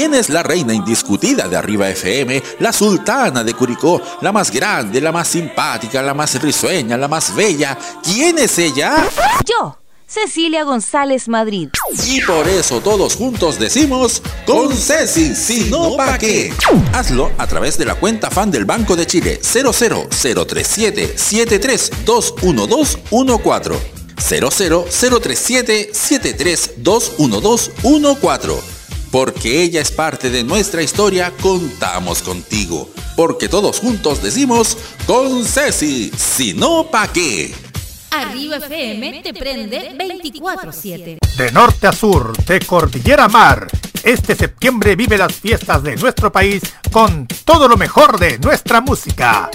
¿Quién es la reina indiscutida de Arriba FM? La sultana de Curicó, la más grande, la más simpática, la más risueña, la más bella. ¿Quién es ella? Yo, Cecilia González Madrid. Y por eso todos juntos decimos, con Ceci, si no, ¿pa' qué? Hazlo a través de la cuenta fan del Banco de Chile 0003773211214. 0003773211214. Porque ella es parte de nuestra historia, contamos contigo. Porque todos juntos decimos, con Ceci, si no, ¿pa' qué? Arriba FM te prende 24/7. De norte a sur, de cordillera a mar, este septiembre vive las fiestas de nuestro país con todo lo mejor de nuestra música.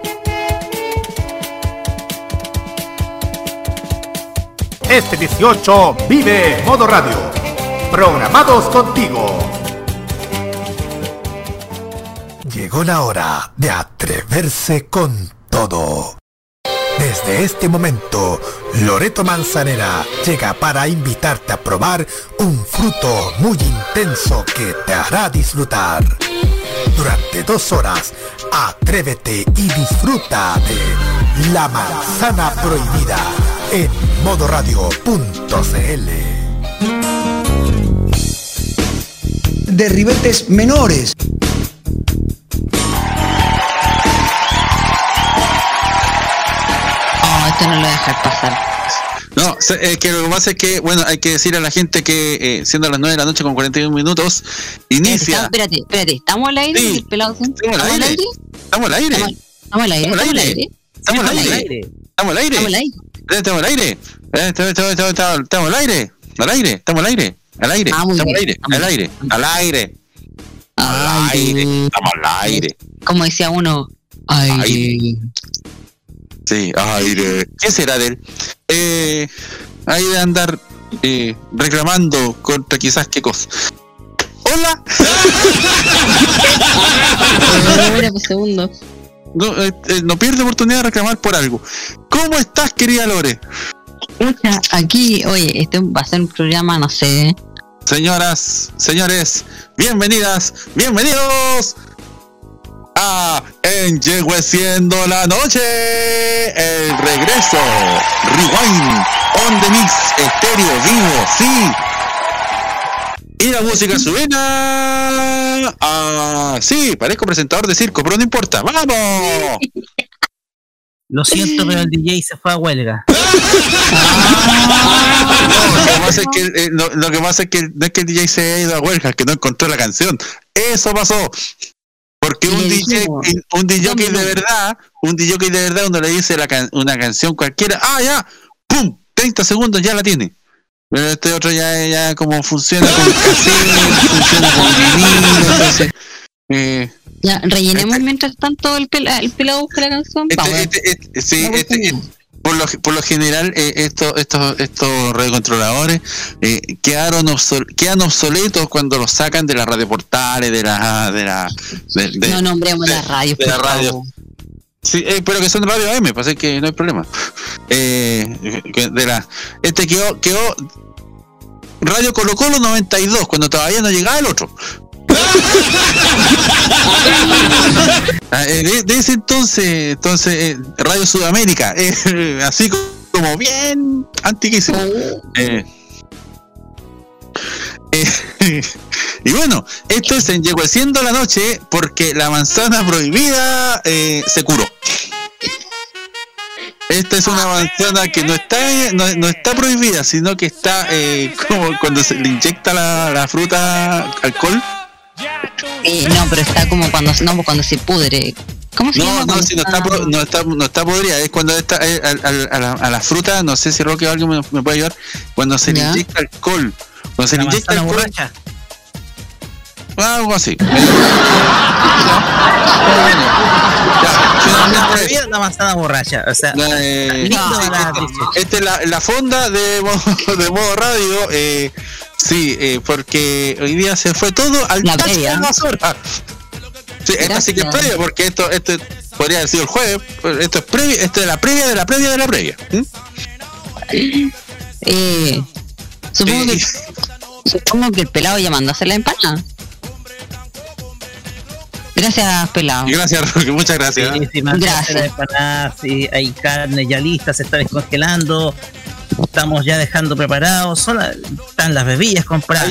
Este 18 vive Modo Radio. Programados contigo. Llegó la hora de atreverse con todo. Desde este momento, Loreto Manzanera llega para invitarte a probar un fruto muy intenso que te hará disfrutar. Durante 2 horas, atrévete y disfruta de La Manzana Prohibida en modoradio.cl. De ribetes menores. Esto no lo voy a dejar pasar. No, que lo que pasa es que, bueno, hay que decir a la gente que siendo las 9 de la noche con 41 minutos, inicia... Espérate, ¿estamos al aire? Sí. ¿El pelado? ¿Estamos al aire? ¿Estamos al aire? ¿Estamos al aire? ¿Estamos al aire? ¿Estamos al aire? ¿Estamos al aire? ¿Estamos al aire? ¿Estamos al aire? ¿Al aire? ¿Estamos al aire? ¿Al aire? ¿Estamos al aire? ¿Al aire? ¿Al aire? ¿Al aire? ¿Estamos al aire? Como decía uno, aire. Sí, aire. ¿Qué será de él? Ahí de andar reclamando contra quizás qué cosa. ¡Hola! Segundo. No pierde oportunidad de reclamar por algo. ¿Cómo estás, querida Lore? Aquí, oye, este va a ser un programa, no sé. Señoras, señores, bienvenidas, bienvenidos a Enyegueciendo la Noche, el regreso, Rewind, on the mix, estéreo, vivo, sí. Y la música suena. Sí, parezco presentador de circo, pero no importa, ¡vamos! Lo siento, pero el DJ se fue a huelga. Lo que pasa es que no es que el DJ se haya ido a huelga, es que no encontró la canción. Eso pasó. Porque un DJ de verdad, uno le dice una canción cualquiera, ya, ¡pum! 30 segundos ya la tiene. Pero este otro ya como funciona con cassette, funciona con vinilo, entonces... Ya, rellenemos mientras tanto el pelado busca la canción. Por lo general, estos radiocontroladores quedan obsoletos cuando los sacan de las radioportales, no nombremos las radios, de la radio. Sí, pero que son de radio AM, pasa que no hay problema. Quedó Radio Colo Colo 92, cuando todavía no llegaba el otro. De ese entonces Radio Sudamérica, así como bien antiquísimo. Y bueno, esto es Enyegueciendo la Noche, porque la manzana prohibida se curó. Esta es una manzana que no está prohibida, sino que está como cuando se le inyecta la fruta alcohol. No, pero está como cuando se pudre. ¿Cómo se llama? No está podrida. Es cuando está a la fruta, no sé si Roque o alguien me puede ayudar. Cuando se le inyecta alcohol. Cuando se le inyecta alcohol. Borracha. Algo así. La manzana borracha. O sea, esta es la fonda de modo radio. Sí, porque hoy día se fue todo al tacho de basura. Sí, esta sí que es previa, porque esto podría haber sido el jueves. Esto es previa, esto es la previa de la previa de la previa. Supongo que el pelado ya mandó a hacer la empanada. Gracias, pelado. Gracias, Roque, muchas gracias. Sí, Gracias. Sí, hay carne ya lista, se está descongelando. Estamos ya dejando preparados. Están las bebidas compradas.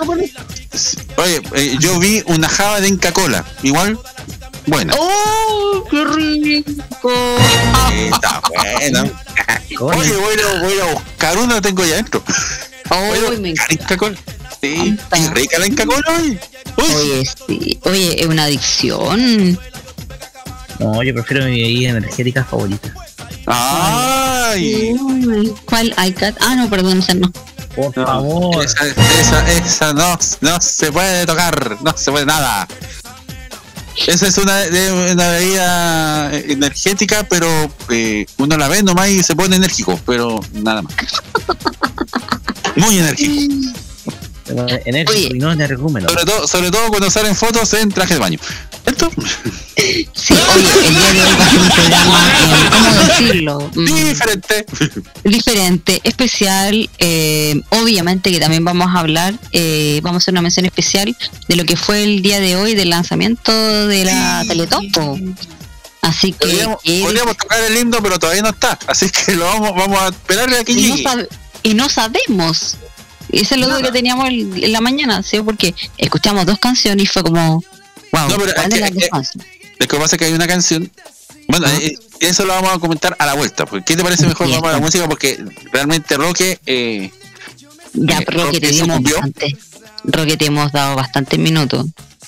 Oye, yo vi una java de Inca Cola. Igual, buena. ¡Oh, qué rico! Está buena. Oye, voy a buscar una, tengo ya dentro. Oh, me encanta. Inca Cola. Sí, es rica la Inca Cola hoy. Oye, sí. Oye, es una adicción. No, yo prefiero mi bebida energética favorita. ¡Ay! ¿Cuál iCat? Ah, no, perdón, esa no. Por favor. Esa no se puede tocar, no se puede nada. Esa es una bebida energética, pero uno la ve nomás y se pone enérgico, pero nada más. Muy enérgico. Enérgico y no energúmeno. Sobre todo cuando salen fotos en traje de baño. ¿Cierto? Sí, oye, el día de hoy va a ser un programa, ¿cómo decirlo? Diferente, especial. Obviamente que también vamos a hablar, vamos a hacer una mención especial de lo que fue el día de hoy del lanzamiento de la Teletón. Así que podríamos tocar el himno, pero todavía no está. Así que lo vamos a esperarle a que llegue. Y no sabemos. Ese es lo que teníamos en la mañana, ¿sí? Porque escuchamos 2 canciones y fue como, wow, no, pero ¿cuál es la que pasa? Lo que pasa es que hay una canción. Bueno, eso lo vamos a comentar a la vuelta. ¿Qué te parece mejor? Vamos a la música porque realmente Roque. Roque te dimos bastante. Roque te hemos dado bastantes minutos.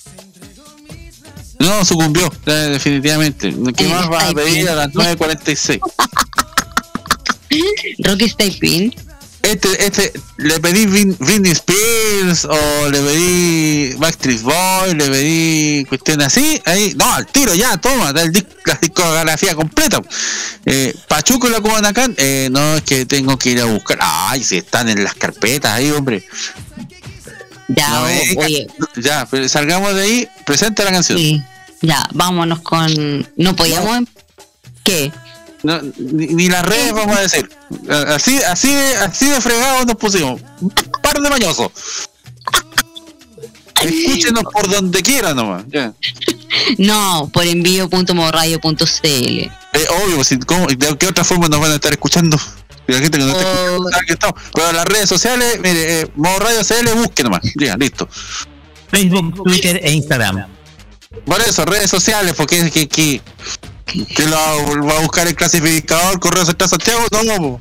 No, sucumbió, definitivamente. ¿Qué más vas a pedir a las 9:46? Roque Stapin. Le pedí Britney Spears o le pedí Backstreet Boys, le pedí cuestiones así, ahí, no, al tiro ya, toma, la discografía completa. Pachuco y la Kubanacan, no, es que tengo que ir a buscar, ay, si están en las carpetas ahí, hombre. Ya, no, oye. Ya, pero salgamos de ahí, presenta la canción. Sí, ya, vámonos con, no podíamos, ¿qué? No, ni las redes vamos a decir. Así de fregados nos pusimos. Un par de mañosos. Escúchenos por donde quieran nomás. Ya. No, por envío.modoradio.cl. Obvio, ¿de qué otra forma nos van a estar escuchando? La gente que nos está escuchando sabe que estamos. Pero las redes sociales, mire, Modo Radio CL, busque nomás. Ya, listo. Facebook, Twitter e Instagram. Por eso, redes sociales, porque es que lo va a buscar el clasificador Correo Central Santiago, no.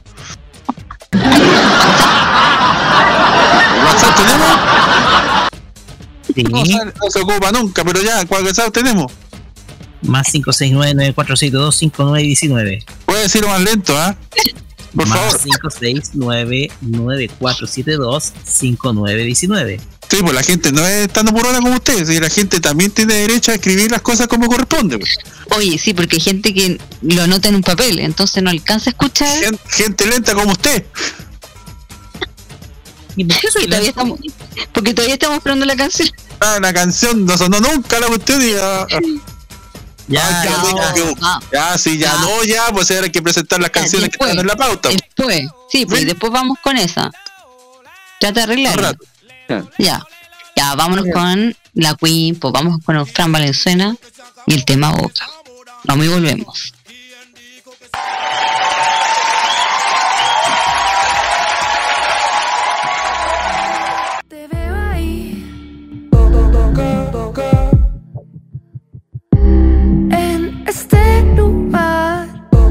¿WhatsApp tenemos? Sí. No se ocupa nunca, pero ya, ¿cuál WhatsApp tenemos? Más 569-9472-5919. Puede decirlo más lento, ¿ah? Por más favor. 569-9472-5919. Sí, pues la gente no es tan apurada como ustedes, y la gente también tiene derecho a escribir las cosas como corresponde. Pues. Oye, sí, porque hay gente que lo anota en un papel, entonces no alcanza a escuchar. Gente lenta como usted. ¿Y por qué soy lento? Porque todavía estamos esperando la canción. La canción no sonó nunca la cuestión y ya, pues ahora hay que presentar las canciones después, que están en la pauta. Después, sí, pues después vamos con esa. Trata de arreglar. Ya, vámonos con la Queen, pues vamos con el Fran Valenzuela y el tema Boca. Vamos y volvemos. Te veo ahí en este lugar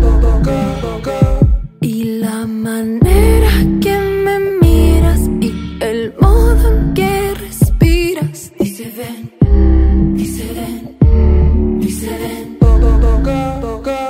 y la manera que me miras y el modo en que respiras. Dice ven, dice ven, dice ven.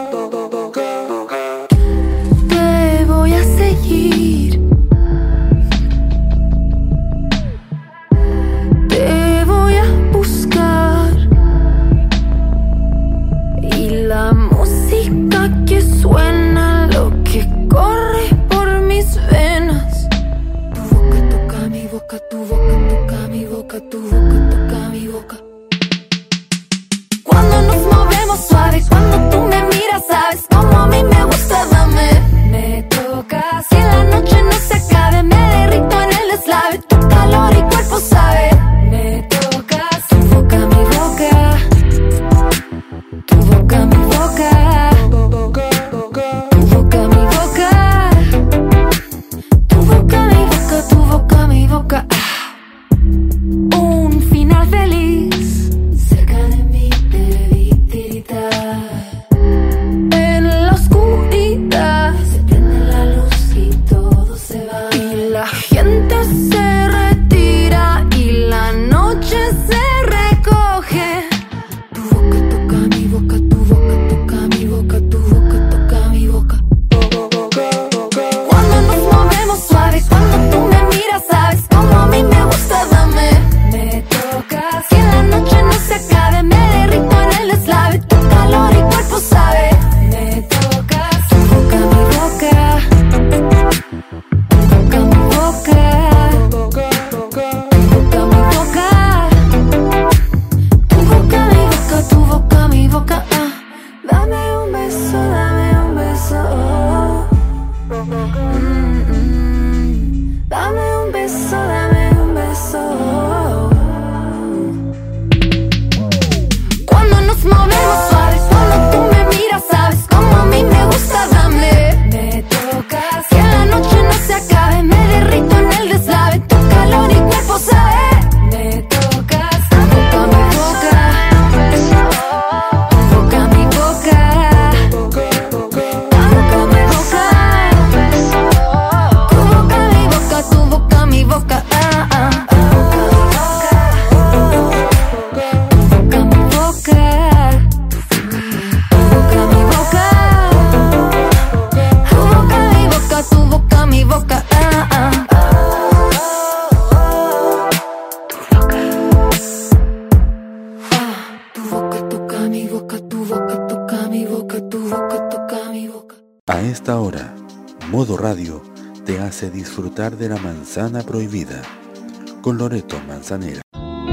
A esta hora, Modo Radio te hace disfrutar de la manzana prohibida con Loreto Manzanera.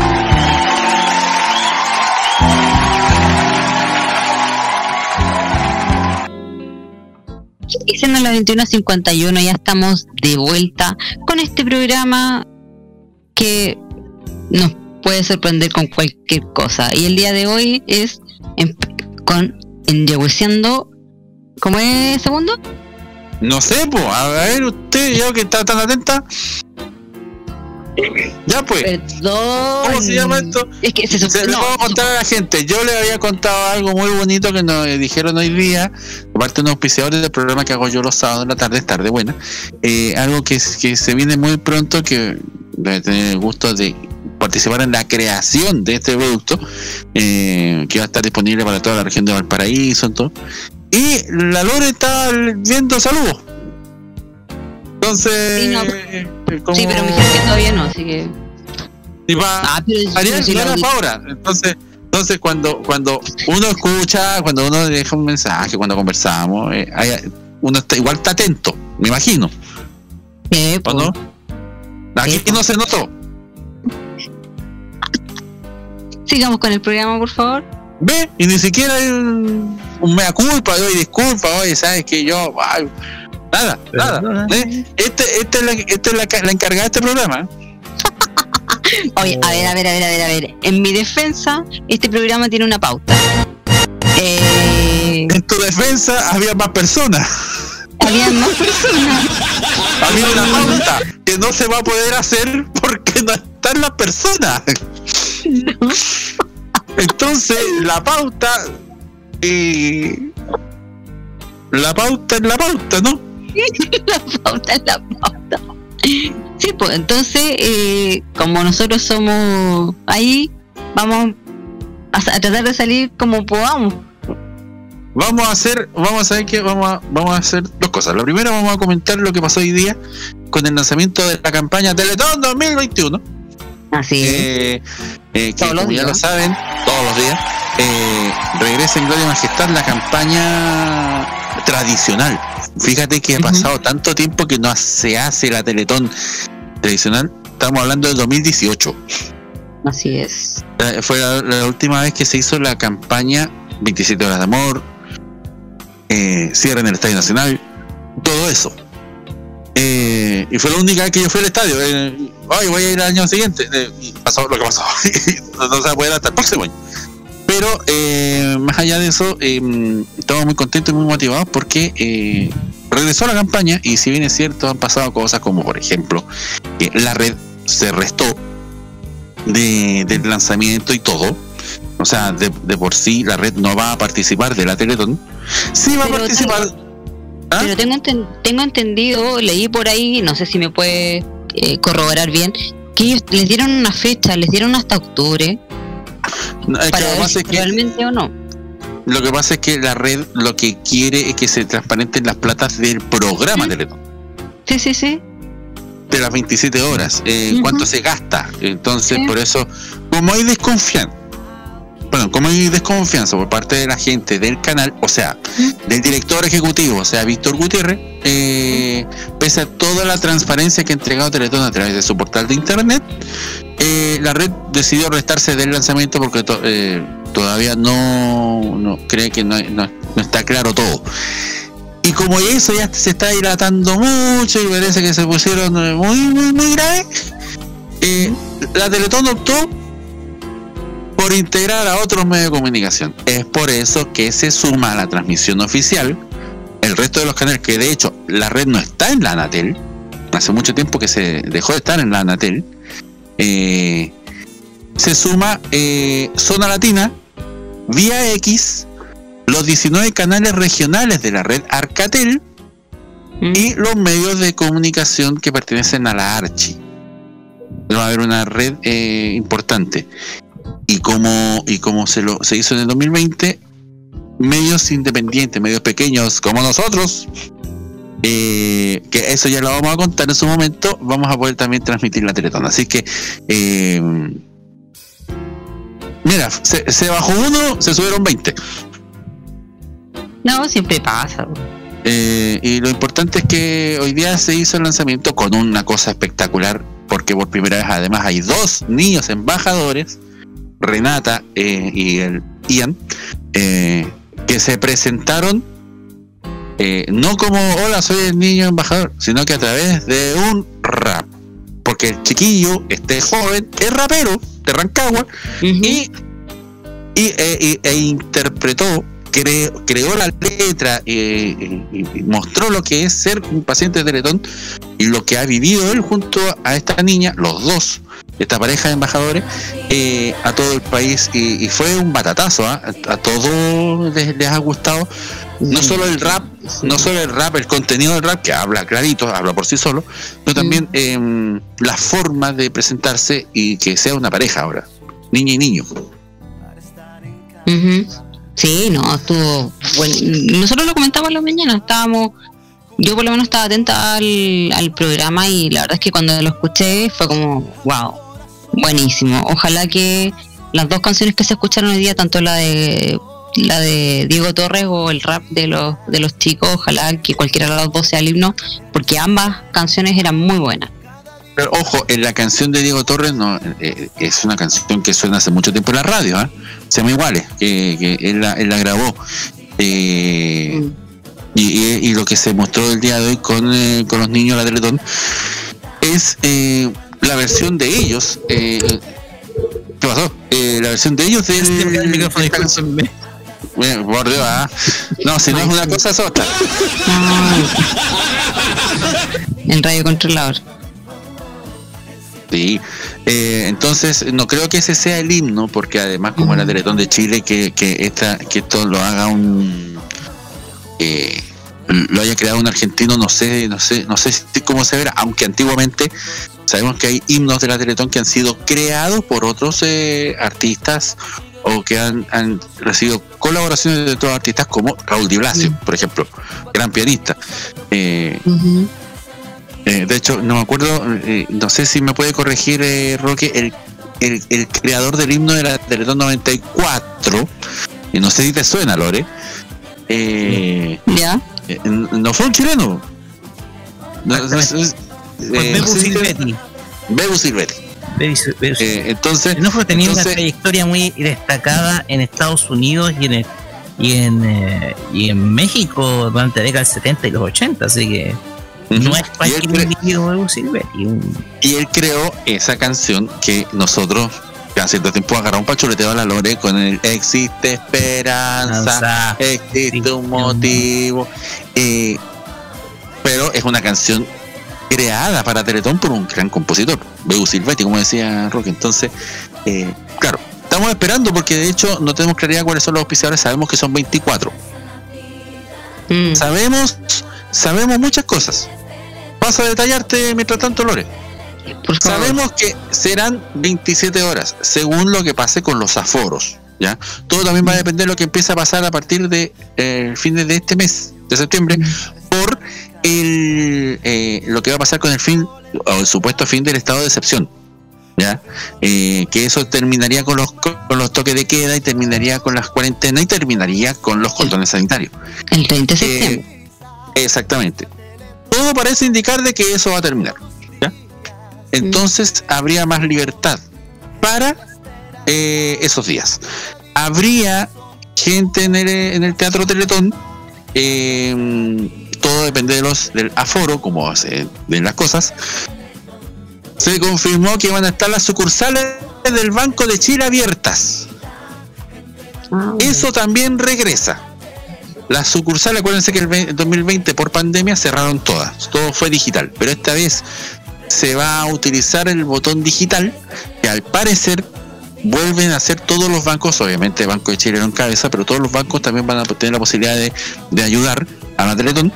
Y siendo las 21:51, ya estamos de vuelta con este programa que nos puede sorprender con cualquier cosa. Y el día de hoy es con Endieguiciando. ¿Cómo es, segundo? No sé, pues, a ver usted, ya que está tan atenta. Ya pues. Perdón. ¿Cómo se llama esto? Es que le puedo contar a la gente. Yo le había contado algo muy bonito que nos dijeron hoy día, aparte de unos auspiciadores del programa que hago yo los sábados en la tarde, tarde buena. Algo que se viene muy pronto, que debe tener el gusto de participar en la creación de este producto, que va a estar disponible para toda la región de Valparaíso, todo. Y la Lore está viendo saludos. Entonces, sí, no, sí, pero me dijeron que todavía no, así que. Y ahora. Entonces cuando uno escucha, cuando uno deja un mensaje, cuando conversamos, uno está atento, me imagino. ¿O no? Aquí no se notó. Sigamos con el programa, por favor. Ve, y ni siquiera hay un mea culpa, doy disculpa, oye, sabes que yo, nada. Esta es la encargada de este programa. Oye, a ver. En mi defensa, este programa tiene una pauta. En tu defensa había más personas. Había más personas. Había una pauta que no se va a poder hacer porque no están las personas. No. Entonces, la pauta es la pauta, ¿no? La pauta es la pauta. Sí, pues entonces, como nosotros somos ahí, vamos a tratar de salir como podamos. Vamos a hacer dos cosas. La primera, vamos a comentar lo que pasó hoy día con el lanzamiento de la campaña Teletón 2021. Así es. Que como ya lo saben, todos los días regresa en Gloria y Majestad la campaña tradicional. Fíjate que ha pasado tanto tiempo que no se hace la Teletón tradicional. Estamos hablando del 2018. Así es. Fue la última vez que se hizo la campaña 27 horas de amor, cierre en el Estadio Nacional, todo eso. Y fue la única vez que yo fui al estadio. Voy a ir al año siguiente. Y pasó lo que pasó. No se va a poder hasta el próximo año. Pero más allá de eso, estamos muy contentos y muy motivados porque regresó la campaña. Y si bien es cierto, han pasado cosas como, por ejemplo, que la red se restó del lanzamiento y todo. O sea, de por sí la red no va a participar de la Teletón. Sí va a participar. Pero tengo entendido, leí por ahí, no sé si me puede corroborar bien, que ellos les dieron una fecha, les dieron hasta octubre. Para ver si realmente o no. Lo que pasa es que la red lo que quiere es que se transparenten las platas del programa Teletón. Sí. De las 27 horas, cuánto se gasta. Entonces, por eso, como hay desconfianza por parte de la gente del canal, o sea, del director ejecutivo, o sea, Víctor Gutiérrez, pese a toda la transparencia que ha entregado Teletón a través de su portal de internet, la red decidió restarse del lanzamiento porque todavía no cree que no está claro todo. Y como eso ya se está dilatando mucho y parece que se pusieron muy grave, la Teletón optó por integrar a otros medios de comunicación. Es por eso que se suma a la transmisión oficial el resto de los canales, que de hecho la red no está en la Anatel. Hace mucho tiempo que se dejó de estar en la Anatel. Se suma Zona Latina, Vía X, los 19 canales regionales de la red Arcatel y los medios de comunicación que pertenecen a la Archi. Va a haber una red importante. Y como se hizo en el 2020, medios independientes, medios pequeños como nosotros, que eso ya lo vamos a contar en su momento, vamos a poder también transmitir la Teletón. Así que mira, se bajó uno, se subieron 20. No, siempre pasa. Y lo importante es que hoy día se hizo el lanzamiento con una cosa espectacular, porque por primera vez además hay 2 niños embajadores, Renata y el Ian, que se presentaron no como hola soy el niño embajador, sino que a través de un rap, porque el chiquillo, este joven, es rapero de Rancagua. Y interpretó, creó la letra y mostró lo que es ser un paciente de Teletón y lo que ha vivido él junto a esta niña, los dos, esta pareja de embajadores, a todo el país, y fue un batatazo, a todos les ha gustado. No solo el rap, el contenido del rap, que habla clarito, habla por sí solo, sino también la forma de presentarse y que sea una pareja ahora, niña y niño. Sí, no, estuvo bueno. Nosotros lo comentamos en la mañana, yo por lo menos estaba atenta al programa, y la verdad es que cuando lo escuché fue como, wow, buenísimo. Ojalá que las 2 canciones que se escucharon hoy día, tanto la de Diego Torres o el rap de los chicos, ojalá que cualquiera de las 2 sea el himno, porque ambas canciones eran muy buenas. Pero ojo, en la canción de Diego Torres no es una canción que suena hace mucho tiempo en la radio, se llama Iguales, que él la grabó, y lo que se mostró el día de hoy con los niños de la Teletón es la versión de ellos. ¿Qué pasó? La versión de ellos del micrófono. Por Dios, no, si no es una cosa es otra. El radio controlador. Sí, entonces no creo que ese sea el himno, porque además como la Teletón de Chile que esto lo haga lo haya creado un argentino, no sé cómo se verá, aunque antiguamente sabemos que hay himnos de la Teletón que han sido creados por otros artistas, o que han recibido colaboraciones de otros artistas, como Raúl Di Blasio, por ejemplo, gran pianista. De hecho, no me acuerdo, no sé si me puede corregir, Roque, el creador del himno de la Teletón 94, y no sé si te suena, Lore. ¿Ya? No fue un chileno. Bebu Silvetti. Entonces, no fue tenido una trayectoria muy destacada en Estados Unidos y en México durante la década del 70 y los 80, así que no es cualquier individuo de Silvetti. Y él creó esa canción que nosotros hace cierto tiempo agarramos un pachuleteo a la Lore con el existe esperanza, existe un motivo, pero es una canción creada para Teletón por un gran compositor, Bebu Silvetti, como decía Roque. Entonces, claro, estamos esperando, porque de hecho no tenemos claridad cuáles son los auspiciadores. Sabemos que son 24. Sabemos muchas cosas. Vas a detallarte mientras tanto, Lore. Sabemos que serán 27 horas, según lo que pase con los aforos, ¿ya? Todo también va a depender de lo que empiece a pasar a partir de fines de este mes, de septiembre, por lo que va a pasar con el el supuesto fin del estado de excepción, ¿ya? Que eso terminaría con los toques de queda, y terminaría con las cuarentenas, y terminaría con los cordones sanitarios. El 30 de septiembre. Exactamente. Todo parece indicar de que eso va a terminar, ¿ya? Entonces habría más libertad para esos días. Habría gente en el Teatro Teletón. Todo depende del aforo, como se ven las cosas. Se confirmó que van a estar las sucursales del Banco de Chile abiertas. Eso también regresa. Las sucursales, acuérdense que el 2020 por pandemia cerraron todas, todo fue digital, pero esta vez se va a utilizar el botón digital, que al parecer vuelven a hacer todos los bancos. Obviamente el Banco de Chile no encabeza, pero todos los bancos también van a tener la posibilidad de ayudar a la Teletón,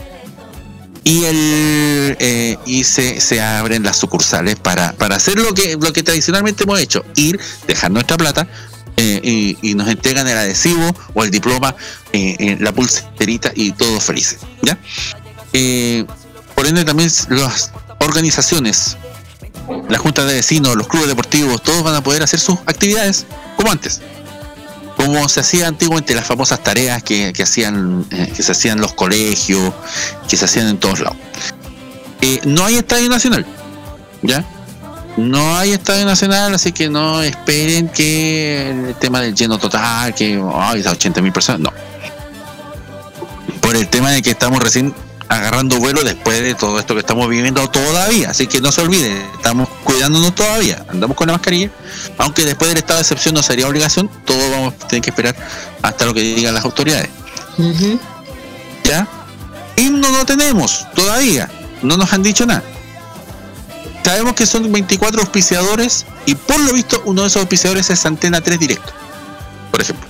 y se abren las sucursales para hacer lo que tradicionalmente hemos hecho, ir, dejar nuestra plata, y nos entregan el adhesivo o el diploma, la pulserita, y todos felices, ¿ya? Por ende también las organizaciones, la junta de vecinos, los clubes deportivos, todos van a poder hacer sus actividades como antes, como se hacía antiguamente, las famosas tareas que hacían, que se hacían en los colegios, que se hacían en todos lados. No hay estadio nacional, ¿ya? No hay estadio nacional, así que no esperen que el tema del lleno total, que hay 80.000 personas, no. Por el tema de que estamos recién agarrando vuelo después de todo esto que estamos viviendo todavía, así que no se olviden, estamos cuidándonos todavía, andamos con la mascarilla, aunque después del estado de excepción no sería obligación, todos vamos a tener que esperar hasta lo que digan las autoridades. ¿Ya? Himno no tenemos todavía, no nos han dicho nada. Sabemos que son 24 auspiciadores y por lo visto uno de esos auspiciadores es Antena 3 Directo, por ejemplo.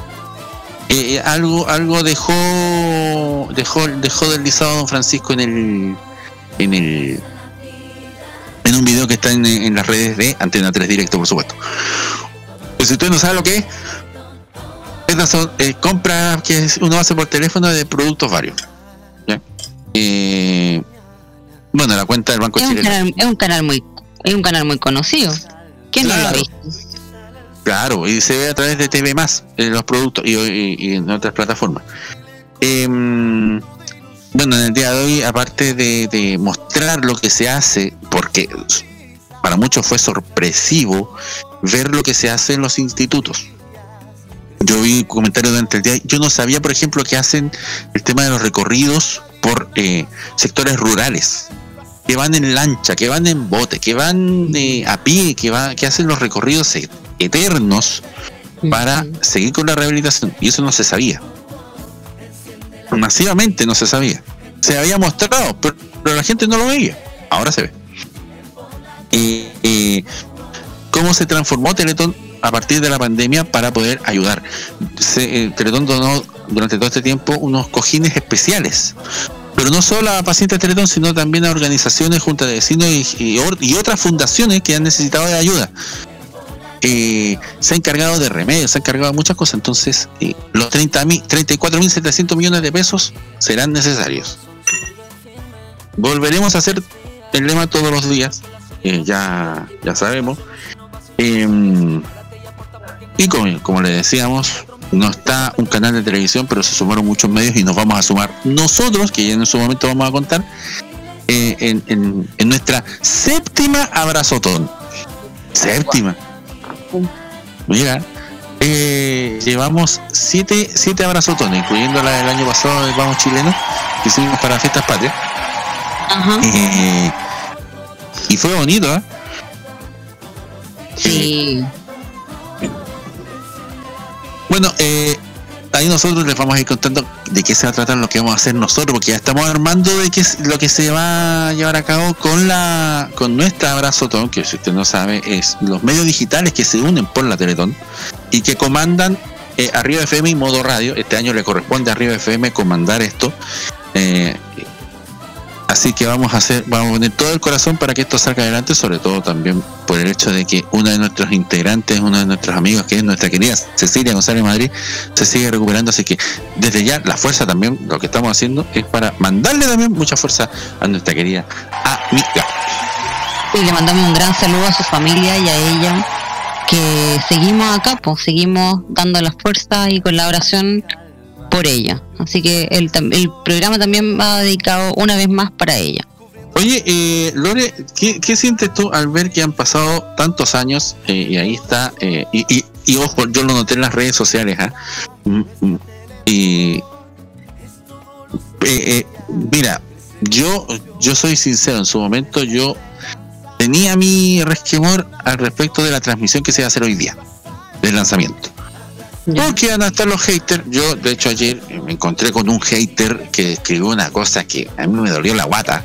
Algo dejó deslizado don Francisco en un video que está en las redes de Antena 3 Directo, por supuesto. Pues si usted no sabe lo que es, estas son compras que uno hace por teléfono de productos varios, ¿ya? Bueno, la cuenta del Banco Chileno. Es un canal muy conocido. ¿Quién claro. no lo ha visto? Claro, y se ve a través de TV Más, los productos y en otras plataformas. Bueno, en el día de hoy, aparte de mostrar lo que se hace, porque para muchos fue sorpresivo ver lo que se hace en los institutos. Yo vi comentarios durante el día, yo no sabía, por ejemplo, que hacen el tema de los recorridos por sectores rurales, que van en lancha, que van en bote, que van a pie, que hacen los recorridos eternos para seguir con la rehabilitación, y eso no se sabía, masivamente no se sabía, se había mostrado, pero la gente no lo veía, ahora se ve. ¿Cómo se transformó Teletón a partir de la pandemia para poder ayudar? Teletón donó durante todo este tiempo unos cojines especiales, pero no solo a pacientes de Teletón, sino también a organizaciones, juntas de vecinos y otras fundaciones que han necesitado de ayuda. Se ha encargado de remedios, se ha encargado de muchas cosas. Entonces los 34.700 millones de pesos serán necesarios. Volveremos a hacer el lema todos los días, ya sabemos. Y como le decíamos, no está un canal de televisión, pero se sumaron muchos medios y nos vamos a sumar nosotros, que ya en su momento vamos a contar, en nuestra séptima abrazotón. Séptima. Mira, llevamos 7 abrazotones, incluyendo la del año pasado del Vamos Chileno, que hicimos para Fiestas Patrias. Ajá. Y fue bonito, ¿eh? Sí. Bueno, ahí nosotros les vamos a ir contando de qué se va a tratar lo que vamos a hacer nosotros, porque ya estamos armando de qué es lo que se va a llevar a cabo con nuestra Abrazotón, que si usted no sabe es los medios digitales que se unen por la Teletón y que comandan Arriba FM y Modo Radio. Este año le corresponde a Arriba FM comandar esto, así que vamos a poner todo el corazón para que esto salga adelante, sobre todo también por el hecho de que uno de nuestros integrantes, uno de nuestros amigos, que es nuestra querida Cecilia González Madrid, se sigue recuperando, así que desde ya la fuerza también, lo que estamos haciendo es para mandarle también mucha fuerza a nuestra querida amiga. Y le mandamos un gran saludo a su familia y a ella, que seguimos acá, pues seguimos dando la fuerza y con la oración por ella, así que el programa también va dedicado una vez más para ella. Oye, Lore, ¿qué sientes tú al ver que han pasado tantos años y ahí está, y ojo, yo lo noté en las redes sociales, mira, yo soy sincero, en su momento yo tenía mi resquemor al respecto de la transmisión que se va a hacer hoy día, del lanzamiento. Porque van a estar los haters. Yo, de hecho, ayer me encontré con un hater que escribió una cosa que a mí me dolió la guata.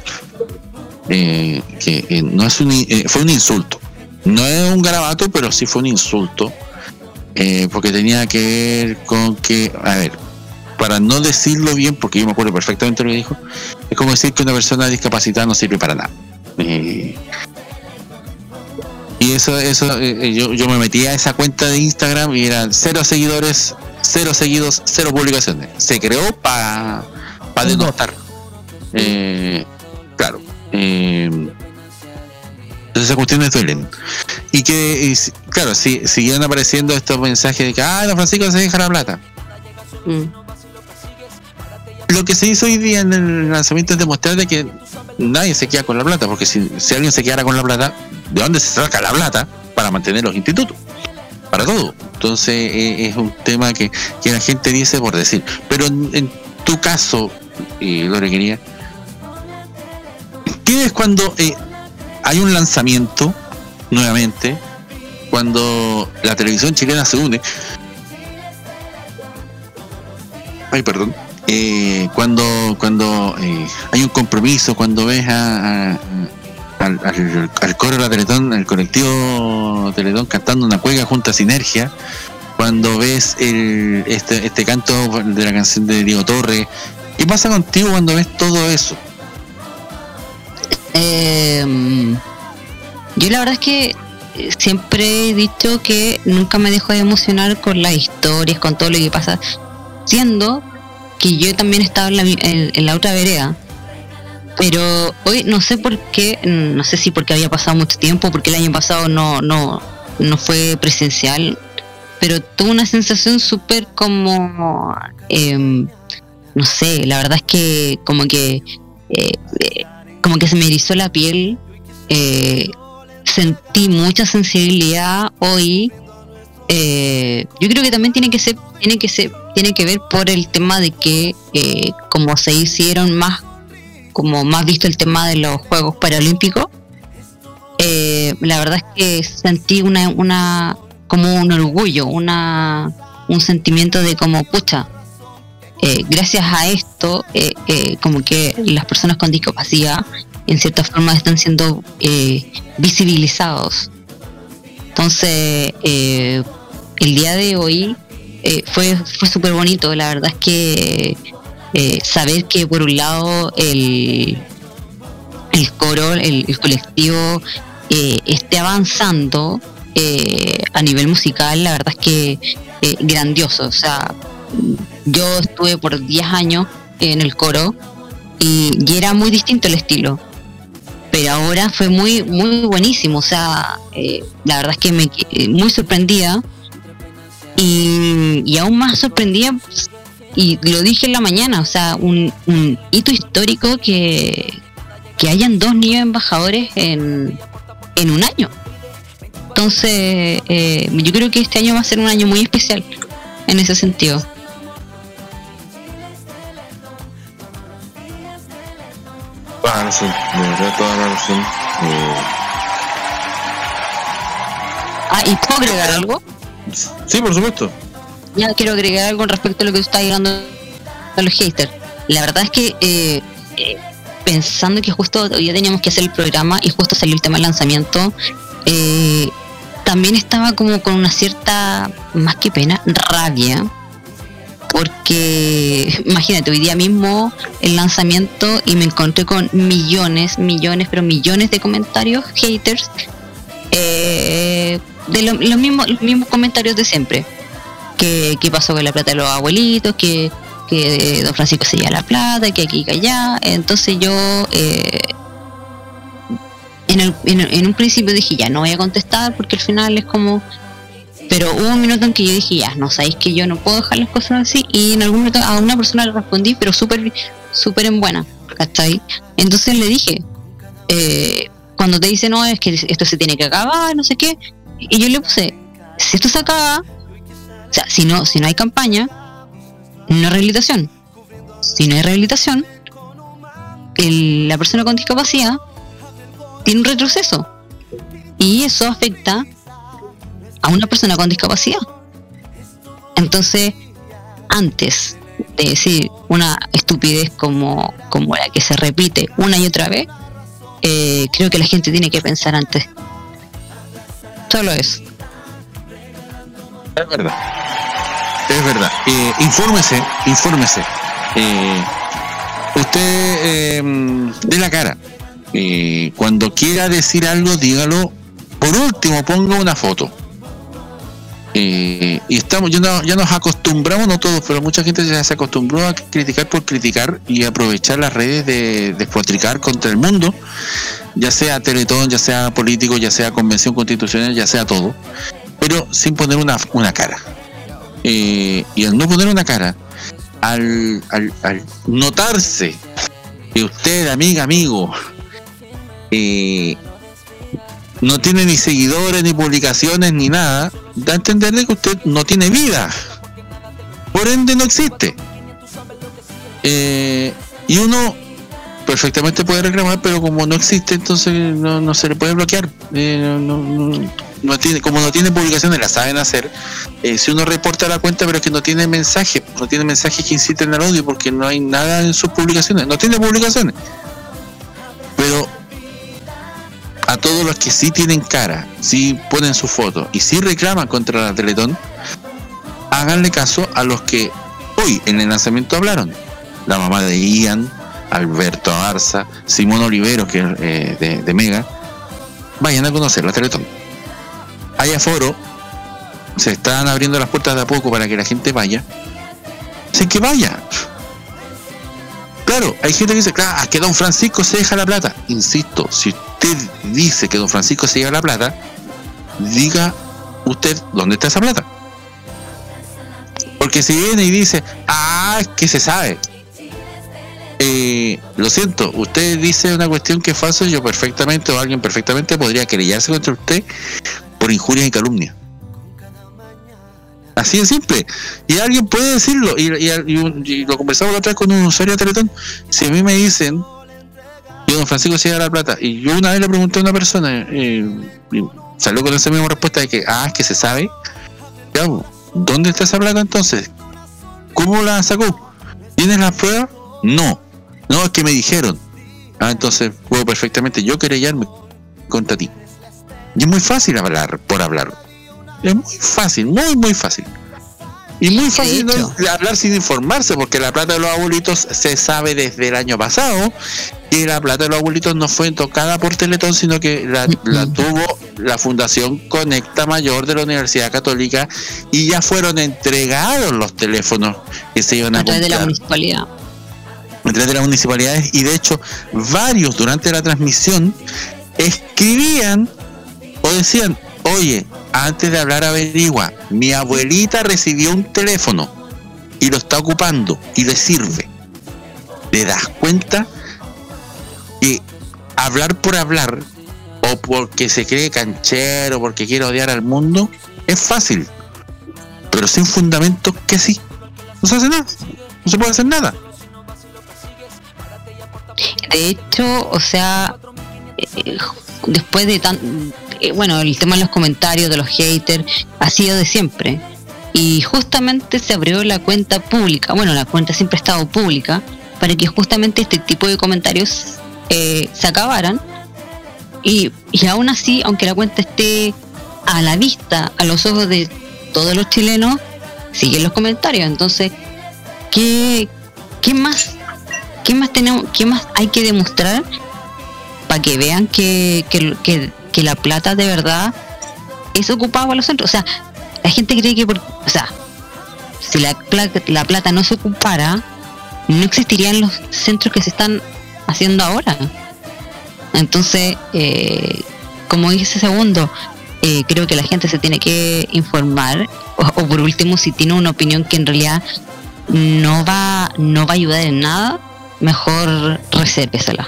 Que no es fue un insulto. No es un garabato, pero sí fue un insulto. Porque tenía que ver con que, a ver, para no decirlo bien, porque yo me acuerdo perfectamente lo que dijo, es como decir que una persona discapacitada no sirve para nada. Y eso yo me metí a esa cuenta de Instagram y eran 0 seguidores, 0 seguidos, 0 publicaciones. Se creó para denostar. Claro. Entonces esas cuestiones duelen. Y claro, siguieron apareciendo estos mensajes de que don Francisco se deja la plata. Lo que se hizo hoy día en el lanzamiento es demostrar de que nadie se queda con la plata, porque si alguien se quedara con la plata, ¿de dónde se saca la plata para mantener los institutos? Para todo. Entonces es un tema que la gente dice por decir. Pero en tu caso, Lore querida, ¿qué es cuando hay un lanzamiento nuevamente, cuando la televisión chilena se une? Cuando hay un compromiso, cuando ves al coro de la Teletón, al colectivo Teletón cantando una cueca junto a Sinergia, cuando ves este canto de la canción de Diego Torres, ¿qué pasa contigo cuando ves todo eso? Yo la verdad es que siempre he dicho que nunca me dejo de emocionar con las historias, con todo lo que pasa, siendo que yo también estaba en la otra vereda. Pero hoy no sé por qué, no sé si porque había pasado mucho tiempo, porque el año pasado no fue presencial, pero tuve una sensación súper como, no sé, la verdad es que como que se me erizó la piel, sentí mucha sensibilidad hoy. Yo creo que también tiene que ver por el tema de que como se hicieron más visto el tema de los Juegos Paralímpicos, la verdad es que sentí como un orgullo, un sentimiento de como pucha, gracias a esto como que las personas con discapacidad en cierta forma están siendo visibilizados. Entonces el día de hoy fue súper bonito. La verdad es que saber que por un lado el coro, el colectivo esté avanzando a nivel musical, la verdad es que grandioso. O sea, yo estuve por 10 años en el coro y era muy distinto el estilo, pero ahora fue muy buenísimo. O sea, la verdad es que me quedé muy sorprendida y aún más sorprendida, y lo dije en la mañana, o sea, un hito histórico que hayan 2 niños embajadores en un año. Entonces yo creo que este año va a ser un año muy especial en ese sentido. Toda la razón, de verdad, toda la razón. ¿Y puedo agregar algo? Sí, por supuesto. Ya quiero agregar algo con respecto a lo que tú estás llegando a los haters. La verdad es que pensando que justo hoy día teníamos que hacer el programa y justo salió el tema del lanzamiento, también estaba como con una cierta, más que pena, rabia, porque imagínate, hoy día mismo el lanzamiento y me encontré con millones de comentarios haters, de los mismos comentarios de siempre. ¿Qué pasó con la plata de los abuelitos? Que don Francisco se lleva la plata, que aquí y que allá. Entonces yo en un principio dije, ya no voy a contestar porque al final es como... Pero hubo un minuto en que yo dije, ya, no sabéis que yo no puedo dejar las cosas así, y en algún momento a una persona le respondí, pero súper en buena, ¿cachai? Entonces le dije, cuando te dice, no, es que esto se tiene que acabar, no sé qué, y yo le puse, si esto se acaba, o sea, si no hay campaña, no hay rehabilitación. Si no hay rehabilitación, la persona con discapacidad tiene un retroceso, y eso afecta a una persona con discapacidad. Entonces, antes de decir una estupidez como la que se repite una y otra vez, creo que la gente tiene que pensar antes. Solo eso. Es verdad. Infórmese. Usted dé la cara. Cuando quiera decir algo, dígalo. Por último, ponga una foto. Y estamos, ya nos acostumbramos, no todos, pero mucha gente ya se acostumbró a criticar por criticar y aprovechar las redes de despotricar contra el mundo. ya sea Teletón, ya sea político, ya sea convención constitucional, ya sea todo, pero sin poner una cara. Y al no poner una cara, al notarse que usted, amigo, no tiene ni seguidores, ni publicaciones, ni nada, da a entenderle que usted no tiene vida, por ende no existe. Y uno perfectamente puede reclamar, pero como no existe, entonces no se le puede bloquear. No tiene, como no tiene publicaciones, la saben hacer. Si uno reporta la cuenta, pero es que no tiene mensajes que inciten al odio, porque no hay nada en sus publicaciones, no tiene publicaciones. Pero a todos los que sí tienen cara, sí ponen su foto y sí reclaman contra la Teletón, háganle caso a los que hoy en el lanzamiento hablaron. La mamá de Ian, Alberto Arza, Simón Olivero, que es de Mega. Vayan a conocer la Teletón. Hay aforo, se están abriendo las puertas de a poco para que la gente vaya. Así que vaya. Claro, hay gente que dice, claro, que Don Francisco se deja la plata. Insisto, si usted dice que Don Francisco se lleva la plata, diga usted dónde está esa plata. Porque si viene y dice, es que se sabe. Lo siento, usted dice una cuestión que es falsa, yo perfectamente o alguien perfectamente podría querellarse contra usted por injuria y calumnia. Así de simple. Y alguien puede decirlo. Y lo conversamos la otra vez con un usuario de Teletón. Si a mí me dicen que Don Francisco se lleva la plata, y yo una vez le pregunté a una persona y salió con esa misma respuesta de que es que se sabe. Ya, ¿dónde está esa plata entonces? ¿Cómo la sacó? ¿Tienes las pruebas? No, es que me dijeron. Entonces puedo perfectamente yo querellarme contra ti. Y es muy fácil hablar por hablar. Es muy fácil, muy fácil. Y muy fácil hablar sin informarse, porque la plata de los abuelitos se sabe desde el año pasado que la plata de los abuelitos no fue tocada por Teletón, sino que la tuvo la Fundación Conecta Mayor de la Universidad Católica, y ya fueron entregados los teléfonos que se iban a comprar. De la municipalidad. A través de las municipalidades, y de hecho varios durante la transmisión escribían o decían, oye, antes de hablar averigua, mi abuelita recibió un teléfono y lo está ocupando y le sirve. ¿Te das cuenta que hablar por hablar, o porque se cree canchero, porque quiere odiar al mundo, es fácil, pero sin fundamentos que sí? No se hace nada, no se puede hacer nada. De hecho, o sea, después de el tema de los comentarios de los haters ha sido de siempre, y justamente se abrió la cuenta pública. Bueno, la cuenta siempre ha estado pública para que justamente este tipo de comentarios se acabaran, y aún así, aunque la cuenta esté a la vista, a los ojos de todos los chilenos, siguen los comentarios. Entonces, ¿qué más tenemos? ¿Qué más hay que demostrar para que vean que la plata de verdad es ocupada por los centros? O sea, la gente cree que si la plata no se ocupara, no existirían los centros que se están haciendo ahora. Entonces, como dije segundo, creo que la gente se tiene que informar, o por último, si tiene una opinión que en realidad no va a ayudar en nada, mejor resérvesela.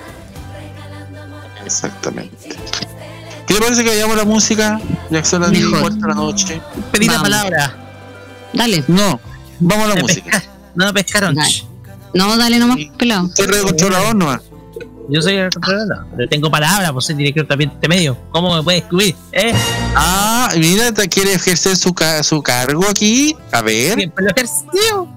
Exactamente. ¿Qué le parece que vayamos la música? Ya que son las 10:15 de la noche. Pedí la palabra. Dale. No, vamos a la música. No me pescaron. No, dale nomás, pelado. Usted es controlador nomás. Yo soy el controlador. Pero tengo palabras, pues soy director también de medio. ¿Cómo me puede excluir? Mira, ¿quiere ejercer su cargo aquí? A ver. Siempre lo ejerció.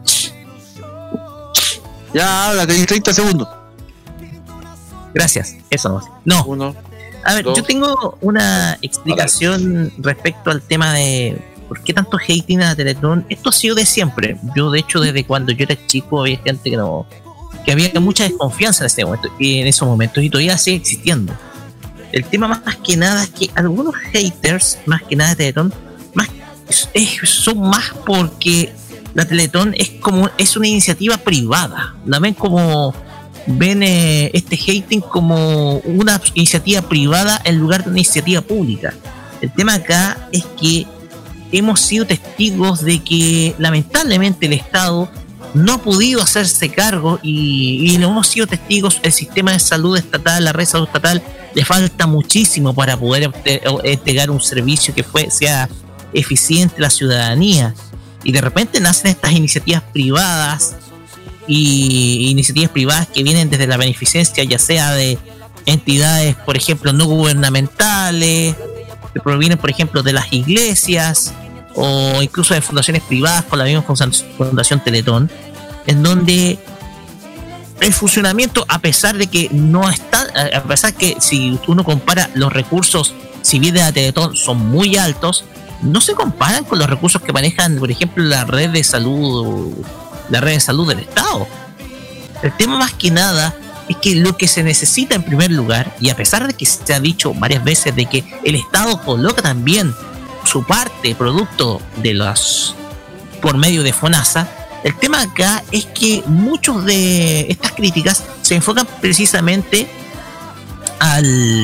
Ya habla, tenés 30 segundos. Gracias, eso no. 1, a ver, 2, yo tengo una explicación respecto al tema de por qué tanto hating a Teletón. Esto ha sido de siempre. Yo, de hecho, desde cuando yo era chico había gente que había mucha desconfianza en esos momentos, y todavía sigue existiendo. El tema más que nada es que algunos haters, más que nada de Teletón, son más porque la Teletón es una iniciativa privada. La ven como ven este hating como una iniciativa privada en lugar de una iniciativa pública. El tema acá es que hemos sido testigos de que lamentablemente el Estado no ha podido hacerse cargo y hemos sido testigos. El sistema de salud estatal, la red de salud estatal, le falta muchísimo para poder entregar un servicio que sea eficiente a la ciudadanía. Y de repente nacen estas iniciativas privadas y iniciativas privadas que vienen desde la beneficencia, ya sea de entidades, por ejemplo, no gubernamentales, que provienen, por ejemplo, de las iglesias o incluso de fundaciones privadas con la misma Fundación Teletón, en donde el funcionamiento, a pesar de que no está, a pesar que si uno compara los recursos, si bien de la Teletón son muy altos, no se comparan con los recursos que manejan, por ejemplo, la red de salud del Estado. El tema más que nada es que lo que se necesita en primer lugar, y a pesar de que se ha dicho varias veces de que el Estado coloca también su parte producto de por medio de FONASA, el tema acá es que muchos de estas críticas se enfocan precisamente a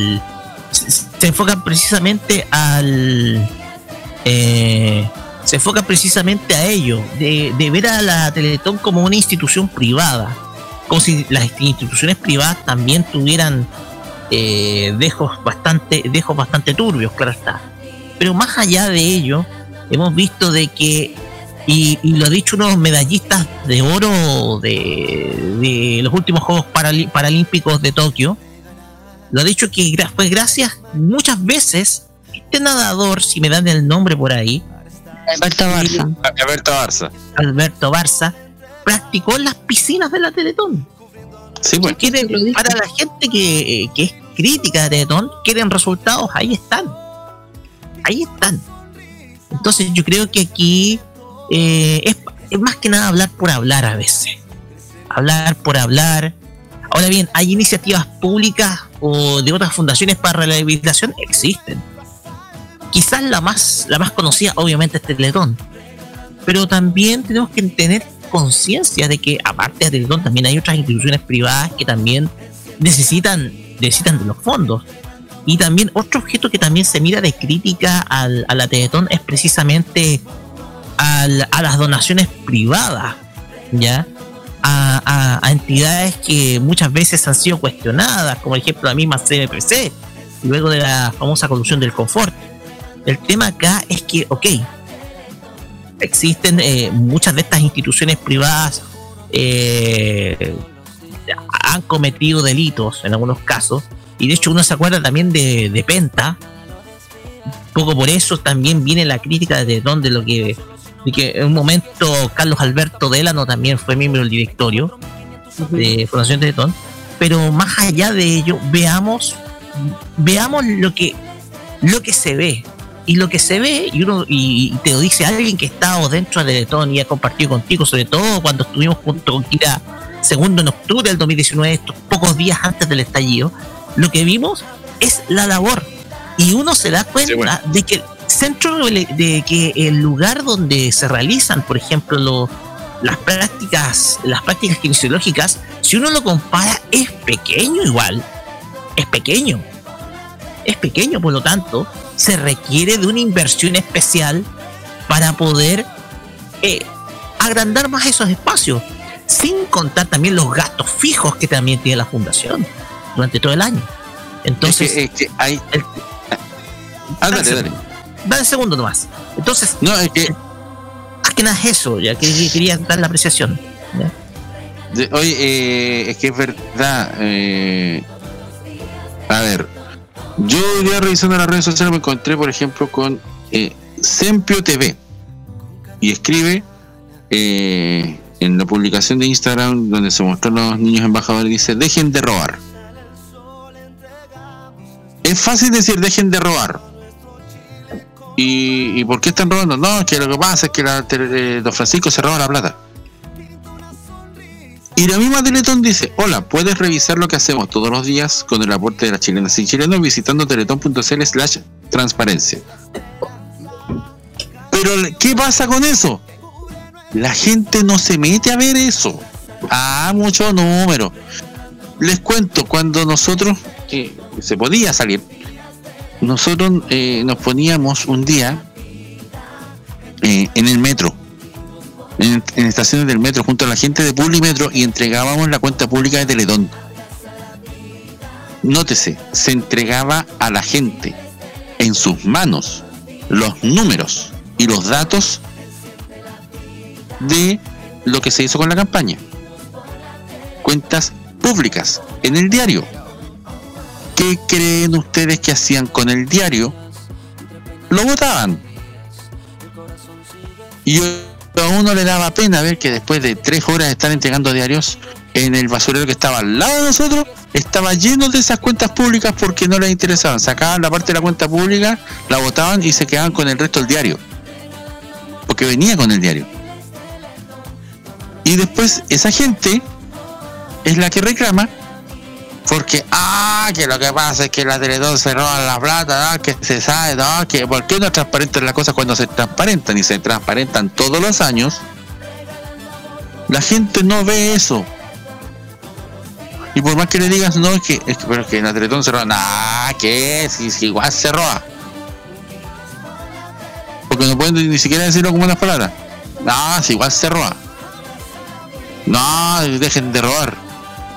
ello, de ver a la Teletón como una institución privada, como si las instituciones privadas también tuvieran dejos bastante turbios, claro está. Pero más allá de ello, hemos visto de que, y lo ha dicho unos medallistas de oro de los últimos Juegos Paralímpicos de Tokio, lo ha dicho que fue gracias muchas veces este nadador, si me dan el nombre por ahí, Alberto Barza, practicó en las piscinas de la Teletón. Sí, pues. Para la gente que es crítica de Teletón, quieren resultados, ahí están. Entonces yo creo que aquí es más que nada hablar por hablar a veces. Hablar por hablar. Ahora bien, ¿hay iniciativas públicas o de otras fundaciones para la rehabilitación? Existen. Quizás la más conocida obviamente es Teletón. Pero también tenemos que tener conciencia de que aparte de Teletón también hay otras instituciones privadas que también necesitan de los fondos. Y también otro objeto que también se mira de crítica a la Teletón es precisamente a las donaciones privadas, ¿ya? A entidades que muchas veces han sido cuestionadas, como por ejemplo la misma CBPC, luego de la famosa corrupción del confort. El tema acá es que, existen muchas de estas instituciones privadas han cometido delitos en algunos casos, y de hecho uno se acuerda también de Penta. Un poco por eso también viene la crítica de que en un momento Carlos Alberto Delano también fue miembro del directorio de Fundación Teletón. Pero más allá de ello, veamos lo que se ve. Y lo que se ve, y te lo dice alguien que ha estado dentro de Teletón y ha compartido contigo, sobre todo cuando estuvimos junto con Kira segundo en octubre del 2019, estos pocos días antes del estallido, lo que vimos es la labor. Y uno se da cuenta de que el lugar donde se realizan, por ejemplo, las prácticas kinesiológicas, si uno lo compara, es pequeño igual. Es pequeño, por lo tanto, se requiere de una inversión especial para poder agrandar más esos espacios, sin contar también los gastos fijos que también tiene la fundación durante todo el año. Entonces, hay... Dale. Dale segundo nomás. Entonces, más que nada es eso, ya que quería dar la apreciación, ¿ya? Oye, es que es verdad. A ver, yo iba revisando las redes sociales, me encontré, por ejemplo, con Sempio TV, y escribe en la publicación de Instagram donde se mostró los niños embajadores, dice: dejen de robar. Es fácil decir dejen de robar. ¿Y por qué están robando? No, es que lo que pasa es que Don Francisco se roba la plata. Y la misma Teletón dice: hola, puedes revisar lo que hacemos todos los días con el aporte de las chilenas y chilenos visitando teletón.cl/transparencia. Pero ¿qué pasa con eso? La gente no se mete a ver eso. Mucho número. les cuento, cuando nosotros, se podía salir, nosotros nos poníamos un día en el metro, en estaciones del metro, junto a la gente de Publimetro, y entregábamos la cuenta pública de Teletón. Nótese, se entregaba a la gente en sus manos los números y los datos de lo que se hizo con la campaña. Cuentas públicas en el diario. ¿Qué creen ustedes que hacían con el diario? Lo botaban. Y a uno le daba pena ver que después de 3 horas de estar entregando diarios, en el basurero que estaba al lado de nosotros estaba lleno de esas cuentas públicas porque no les interesaban. Sacaban la parte de la cuenta pública, la botaban y se quedaban con el resto del diario, porque venía con el diario. Y después esa gente es la que reclama porque que lo que pasa es que la Teletón se roban la plata, que se sabe, que ¿por qué no transparentan las cosas cuando se transparentan? Y se transparentan todos los años. La gente no ve eso. Y por más que le digas, no, pero es que en la Teletón se roban, que si igual se roba. Porque no pueden ni siquiera decirlo como unas palabras. Si igual se roba. No, dejen de robar.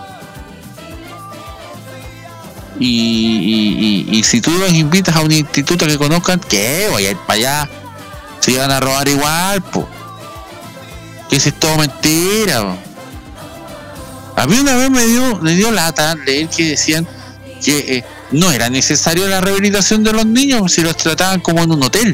Y si tú los invitas a un instituto que conozcan, ¿qué? Voy a ir para allá. Si van a robar igual, po. Que si es todo mentira, po. A mí una vez me dio lata leer que decían que no era necesario la rehabilitación de los niños si los trataban como en un hotel.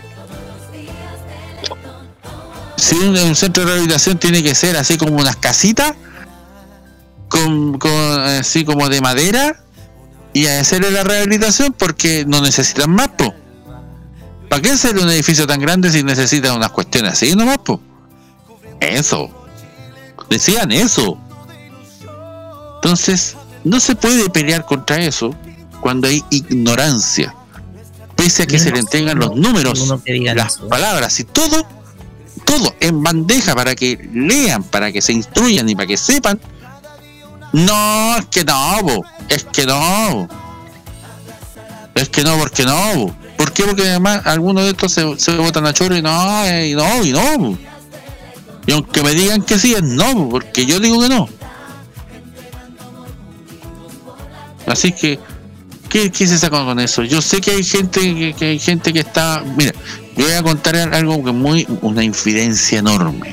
Si un centro de rehabilitación tiene que ser así como unas casitas con así como de madera, y hacerle la rehabilitación porque no necesitan más, po. ¿Para qué hacer un edificio tan grande si necesitan unas cuestiones así nomás, po? Eso. Decían eso. Entonces, no se puede pelear contra eso cuando hay ignorancia. Pese a que se le entregan los números, las palabras y todo en bandeja para que lean, para que se instruyan y para que sepan. No, es que no, bo. Es que no, porque no. ¿Por qué? Porque además algunos de estos se botan a chorro y no. Y aunque me digan que sí, es no, porque yo digo que no. Así que, ¿qué se saca con eso? Yo sé que hay gente que está. Mira, yo voy a contar algo que es una infidencia enorme.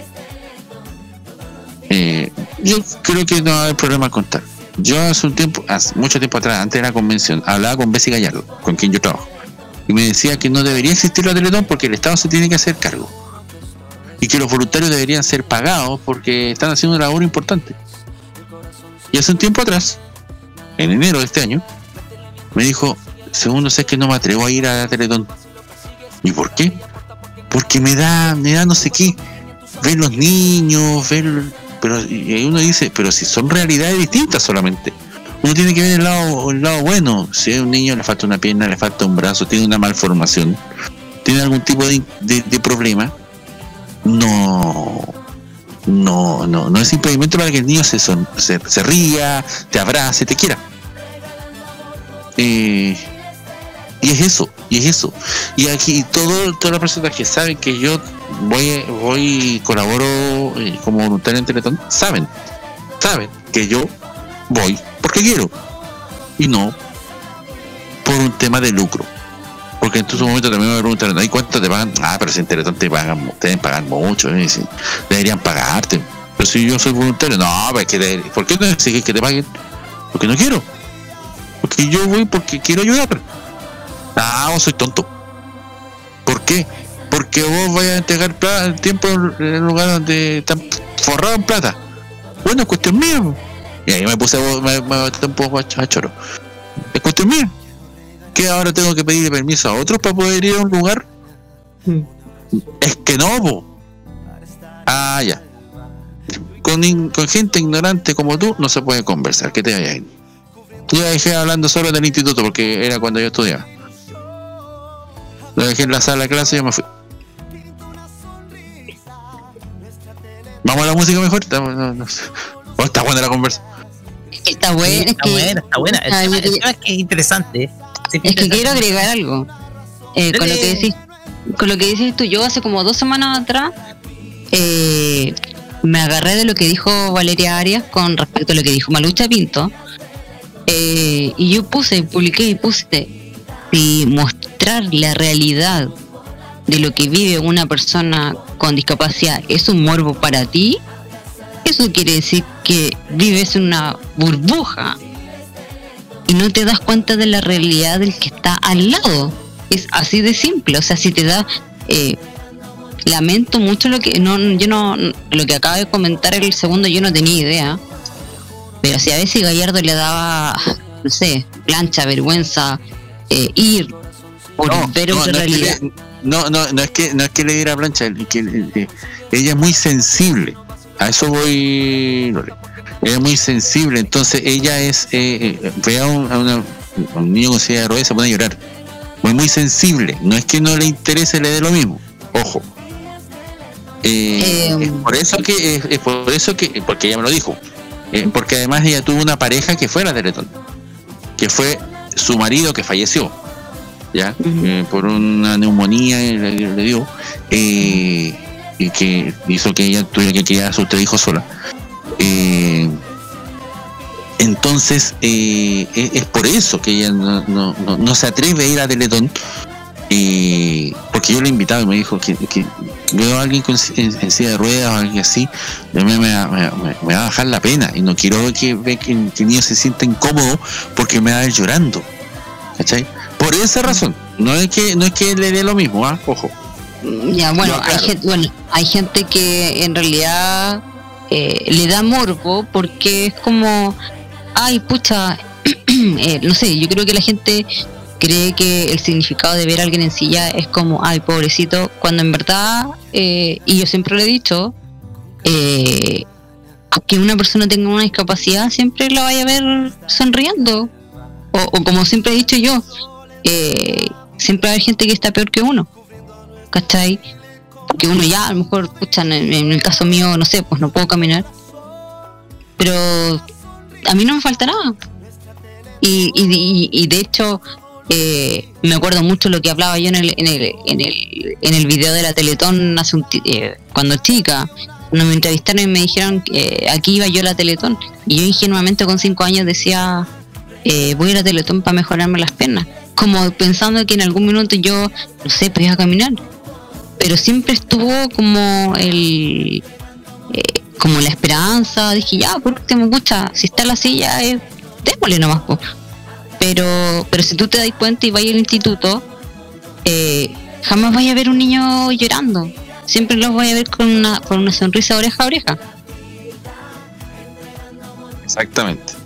Yo creo que no va a haber problema al contar. Yo hace mucho tiempo atrás, antes de la convención, hablaba con Bessie Gallardo, con quien yo trabajo, y me decía que no debería existir la Teletón porque el Estado se tiene que hacer cargo y que los voluntarios deberían ser pagados porque están haciendo una labor importante. Y hace un tiempo atrás, en enero de este año, me dijo, segundo, sé que no me atrevo a ir a la Teletón. ¿Y por qué? Porque me da no sé qué, ver los niños, pero y uno dice, pero si son realidades distintas solamente. Uno tiene que ver el lado bueno. Si a un niño le falta una pierna, le falta un brazo, tiene una malformación, tiene algún tipo de problema, no es impedimento para que el niño se ría, te abrace, te quiera. Y es eso. Y aquí todas las personas que saben que yo voy y colaboro como voluntario en Teletón, saben que yo voy porque quiero y no por un tema de lucro. Porque en su momento también me preguntaron, ¿y cuánto te pagan? Pero si en Teletón te deben pagar mucho, deberían pagarte. Pero si yo soy voluntario, ¿por qué no exiges que te paguen? Porque no quiero. Porque yo voy porque quiero ayudar. Vos soy tonto. ¿Por qué? Porque vos vais a entregar tiempo en el lugar donde están forrados en plata. Bueno, es cuestión mía. Y ahí me puse un poco a choro. Es cuestión mía. ¿Qué ahora tengo que pedirle permiso a otros para poder ir a un lugar? Es que no, po. Ya. Con gente ignorante como tú no se puede conversar. Que te vaya ahí. Yo dejé hablando solo del instituto porque era cuando yo estudiaba. Lo dejé en la sala de clase y yo me fui. Vamos a la música mejor. Está buena la conversa. Está buena, está buena. El tema es que es interesante. Es que quiero agregar algo. Con lo que decís tú, yo hace como 2 semanas atrás me agarré de lo que dijo Valeria Arias con respecto a lo que dijo Malucha Pinto, y yo publiqué y puse si mostrar la realidad de lo que vive una persona con discapacidad es un morbo para ti, eso quiere decir que vives en una burbuja y no te das cuenta de la realidad del que está al lado. Es así de simple. O sea, si te da lamento mucho lo que lo que acaba de comentar el segundo, yo no tenía idea, pero si a veces Gallardo le daba, no sé, plancha, vergüenza, ir por ver otra realidad. No es que le diera plancha, ella es muy sensible, a eso voy, Lore. Ella es muy sensible, entonces ella es ve a un niño con silla de ruedas, se pone a llorar, muy sensible, no es que no le interese, le dé lo mismo, ojo. Es por eso que porque ella me lo dijo, porque además ella tuvo una pareja que fue a la Teletón, que fue su marido que falleció, ya, por una neumonía le dio, y que hizo que ella tuviera que criar a sus 3 hijos sola. Entonces es por eso que ella no se atreve a ir a Teletón, porque yo le invitaba y me dijo que veo a alguien en silla de ruedas o alguien así, me va a bajar la pena, y no quiero que el niño se sienta incómodo porque me va a ir llorando, ¿cachai? Por esa razón, no es que le dé lo mismo, ojo. Ya, bueno, no, claro. Hay gente que en realidad le da morbo porque es como, ay, pucha, no sé, yo creo que la gente cree que el significado de ver a alguien en silla es como, ay, pobrecito, cuando en verdad, y yo siempre lo he dicho, que una persona tenga una discapacidad siempre la vaya a ver sonriendo, o como siempre he dicho yo, siempre va a haber gente que está peor que uno, ¿cachai? Porque uno ya, a lo mejor, pucha, en el caso mío, no sé, pues no puedo caminar, pero a mí no me falta nada. Y de hecho, me acuerdo mucho lo que hablaba yo en el video de la Teletón cuando chica, cuando me entrevistaron y me dijeron que aquí iba yo a la Teletón, y yo ingenuamente con 5 años decía, voy a la Teletón para mejorarme las piernas, como pensando que en algún minuto yo, no sé, podía caminar, pero siempre estuvo como como la esperanza. Dije, ya, por último, escucha, si está la silla, démosle nomás, po. Pero si tú te das cuenta y vas al instituto, jamás vas a ver un niño llorando, siempre los vas a ver con una sonrisa oreja a oreja. Exactamente.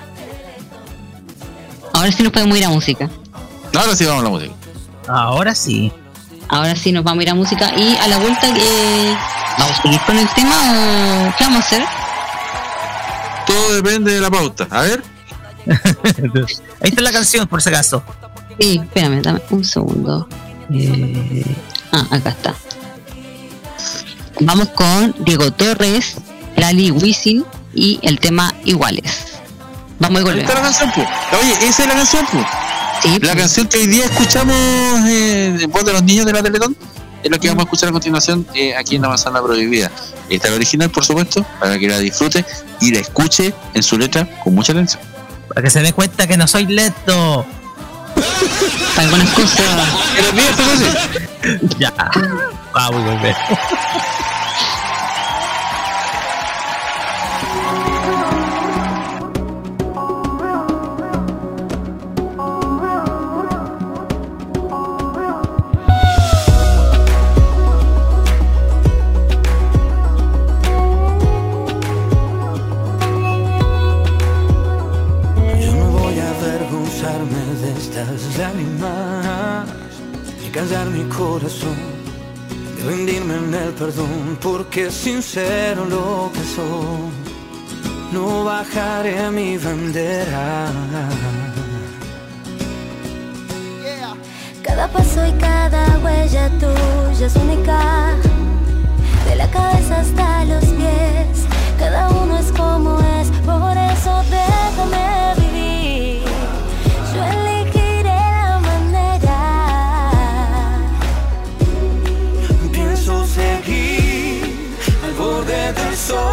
Ahora sí nos podemos ir a música. Ahora sí vamos a la música. Ahora sí nos vamos a ir a música, y a la vuelta ¿vamos a seguir con el tema o qué vamos a hacer? Todo depende de la pauta. A ver. Ahí está la canción, por si acaso. Sí, espérame, dame un segundo. Acá está. Vamos con Diego Torres, Lali Wisin y el tema Iguales. Vamos y volvemos. ¿Está la canción, po? Oye, esa es la canción, po. Sí, la canción que hoy día escuchamos en voz de los niños de la Teletón es lo que vamos a escuchar a continuación aquí en La Manzana Prohibida. Está la original, por supuesto, para que la disfrute y la escuche en su letra con mucha atención. Para que se dé cuenta que no soy lento. Para algunas cosas. Pero mira esta cosa. Ya. Vamos a volver. De rendirme en el perdón, porque es sincero lo que soy, no bajaré mi bandera. Cada paso y cada huella tuya es única, de la cabeza hasta los pies, cada uno es como es, por eso eso déjame vivir. Yo elegiré la manera. Pienso seguir al borde del sol.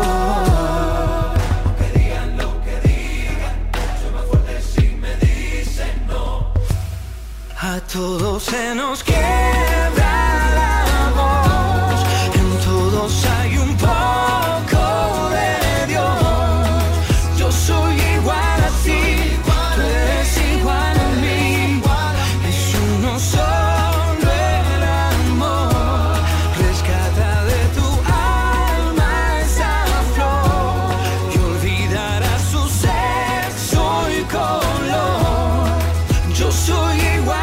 A todos se nos quiebra la voz, en todos hay un poco de Dios. Yo soy igual a ti, tú eres igual a mí. Es uno solo el amor. Rescata de tu alma esa flor y olvidarás su sexo y color. Yo soy igual.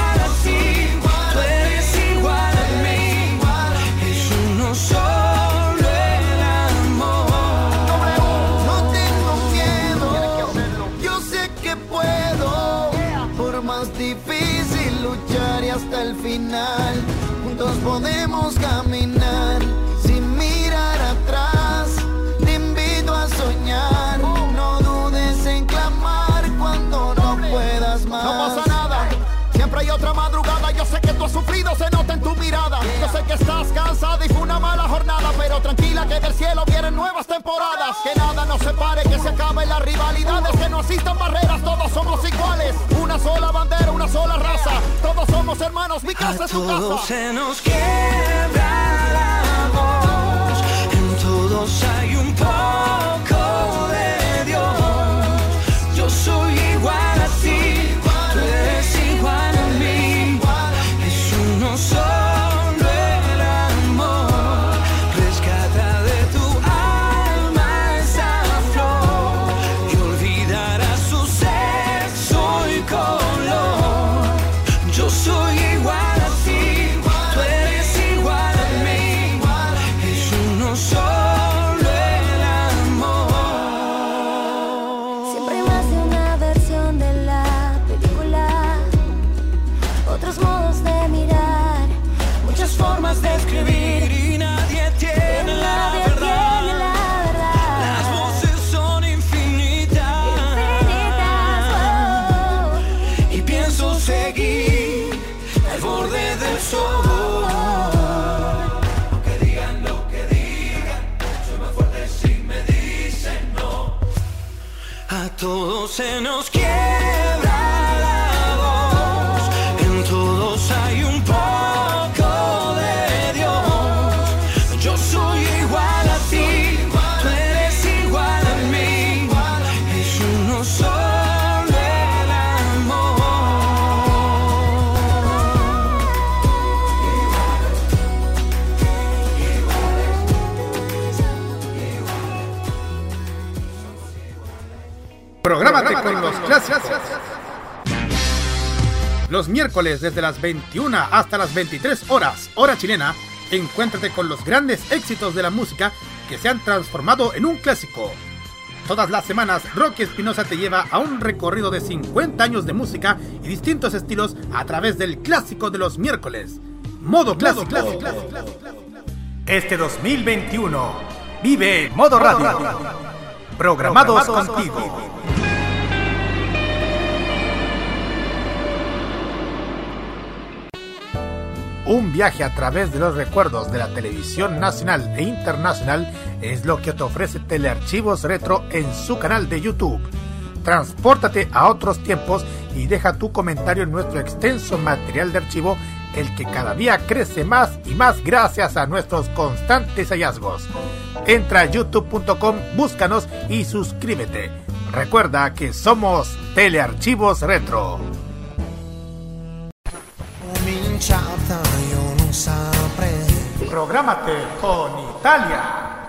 Hasta el final, juntos podemos caminar sin mirar atrás. Te invito a soñar, no dudes en clamar cuando no puedas más. No pasa nada, siempre hay otra madrugada. Yo sé que tú has sufrido, se nota en tu mirada. Yo sé que estás cansada y fue una mala jornada, pero tranquila que del cielo vienen nuevas temporadas. Que nada nos separe, que se acaben las rivalidades, que no existan barreras, todos somos iguales. Una sola bandera, una sola raza, todos somos hermanos, mi casa es tu casa. A todos se nos quiebra la voz, en todos hay un poco de Dios. Yo soy igual a ti, tú eres igual a mí. Es uno solo el amor. Rescata de tu alma esa flor y olvidarás su sexo y color. Yo soy igual a ti, tú eres igual a mí. Es uno solo el amor. Siempre hay más de una versión de la película, otros modos de mirar, muchas formas de escribir y nadie tiene la verdad. Las voces son infinitas, y pienso seguir al borde del sol. Aunque digan lo que digan, soy más fuerte si me dicen no. A todos se nos quiebra la voz, en todos hay un poco de Dios. Yo soy igual a ti, tú eres igual a mí. Es uno solo el amor. Prográmate con los clásicos. Los miércoles desde las 21 hasta las 23 horas, hora chilena, encuéntrate con los grandes éxitos de la música que se han transformado en un clásico. Todas las semanas, Rocky Espinosa te lleva a un recorrido de 50 años de música y distintos estilos a través del clásico de los miércoles. Modo Clásico. Este 2021, vive Modo Radio. Programados contigo. Un viaje a través de los recuerdos de la televisión nacional e internacional es lo que te ofrece Telearchivos Retro en su canal de YouTube. Transpórtate a otros tiempos y deja tu comentario en nuestro extenso material de archivo, el que cada día crece más y más gracias a nuestros constantes hallazgos. Entra a youtube.com, búscanos y suscríbete. Recuerda que somos Telearchivos Retro. Prográmate con Italia.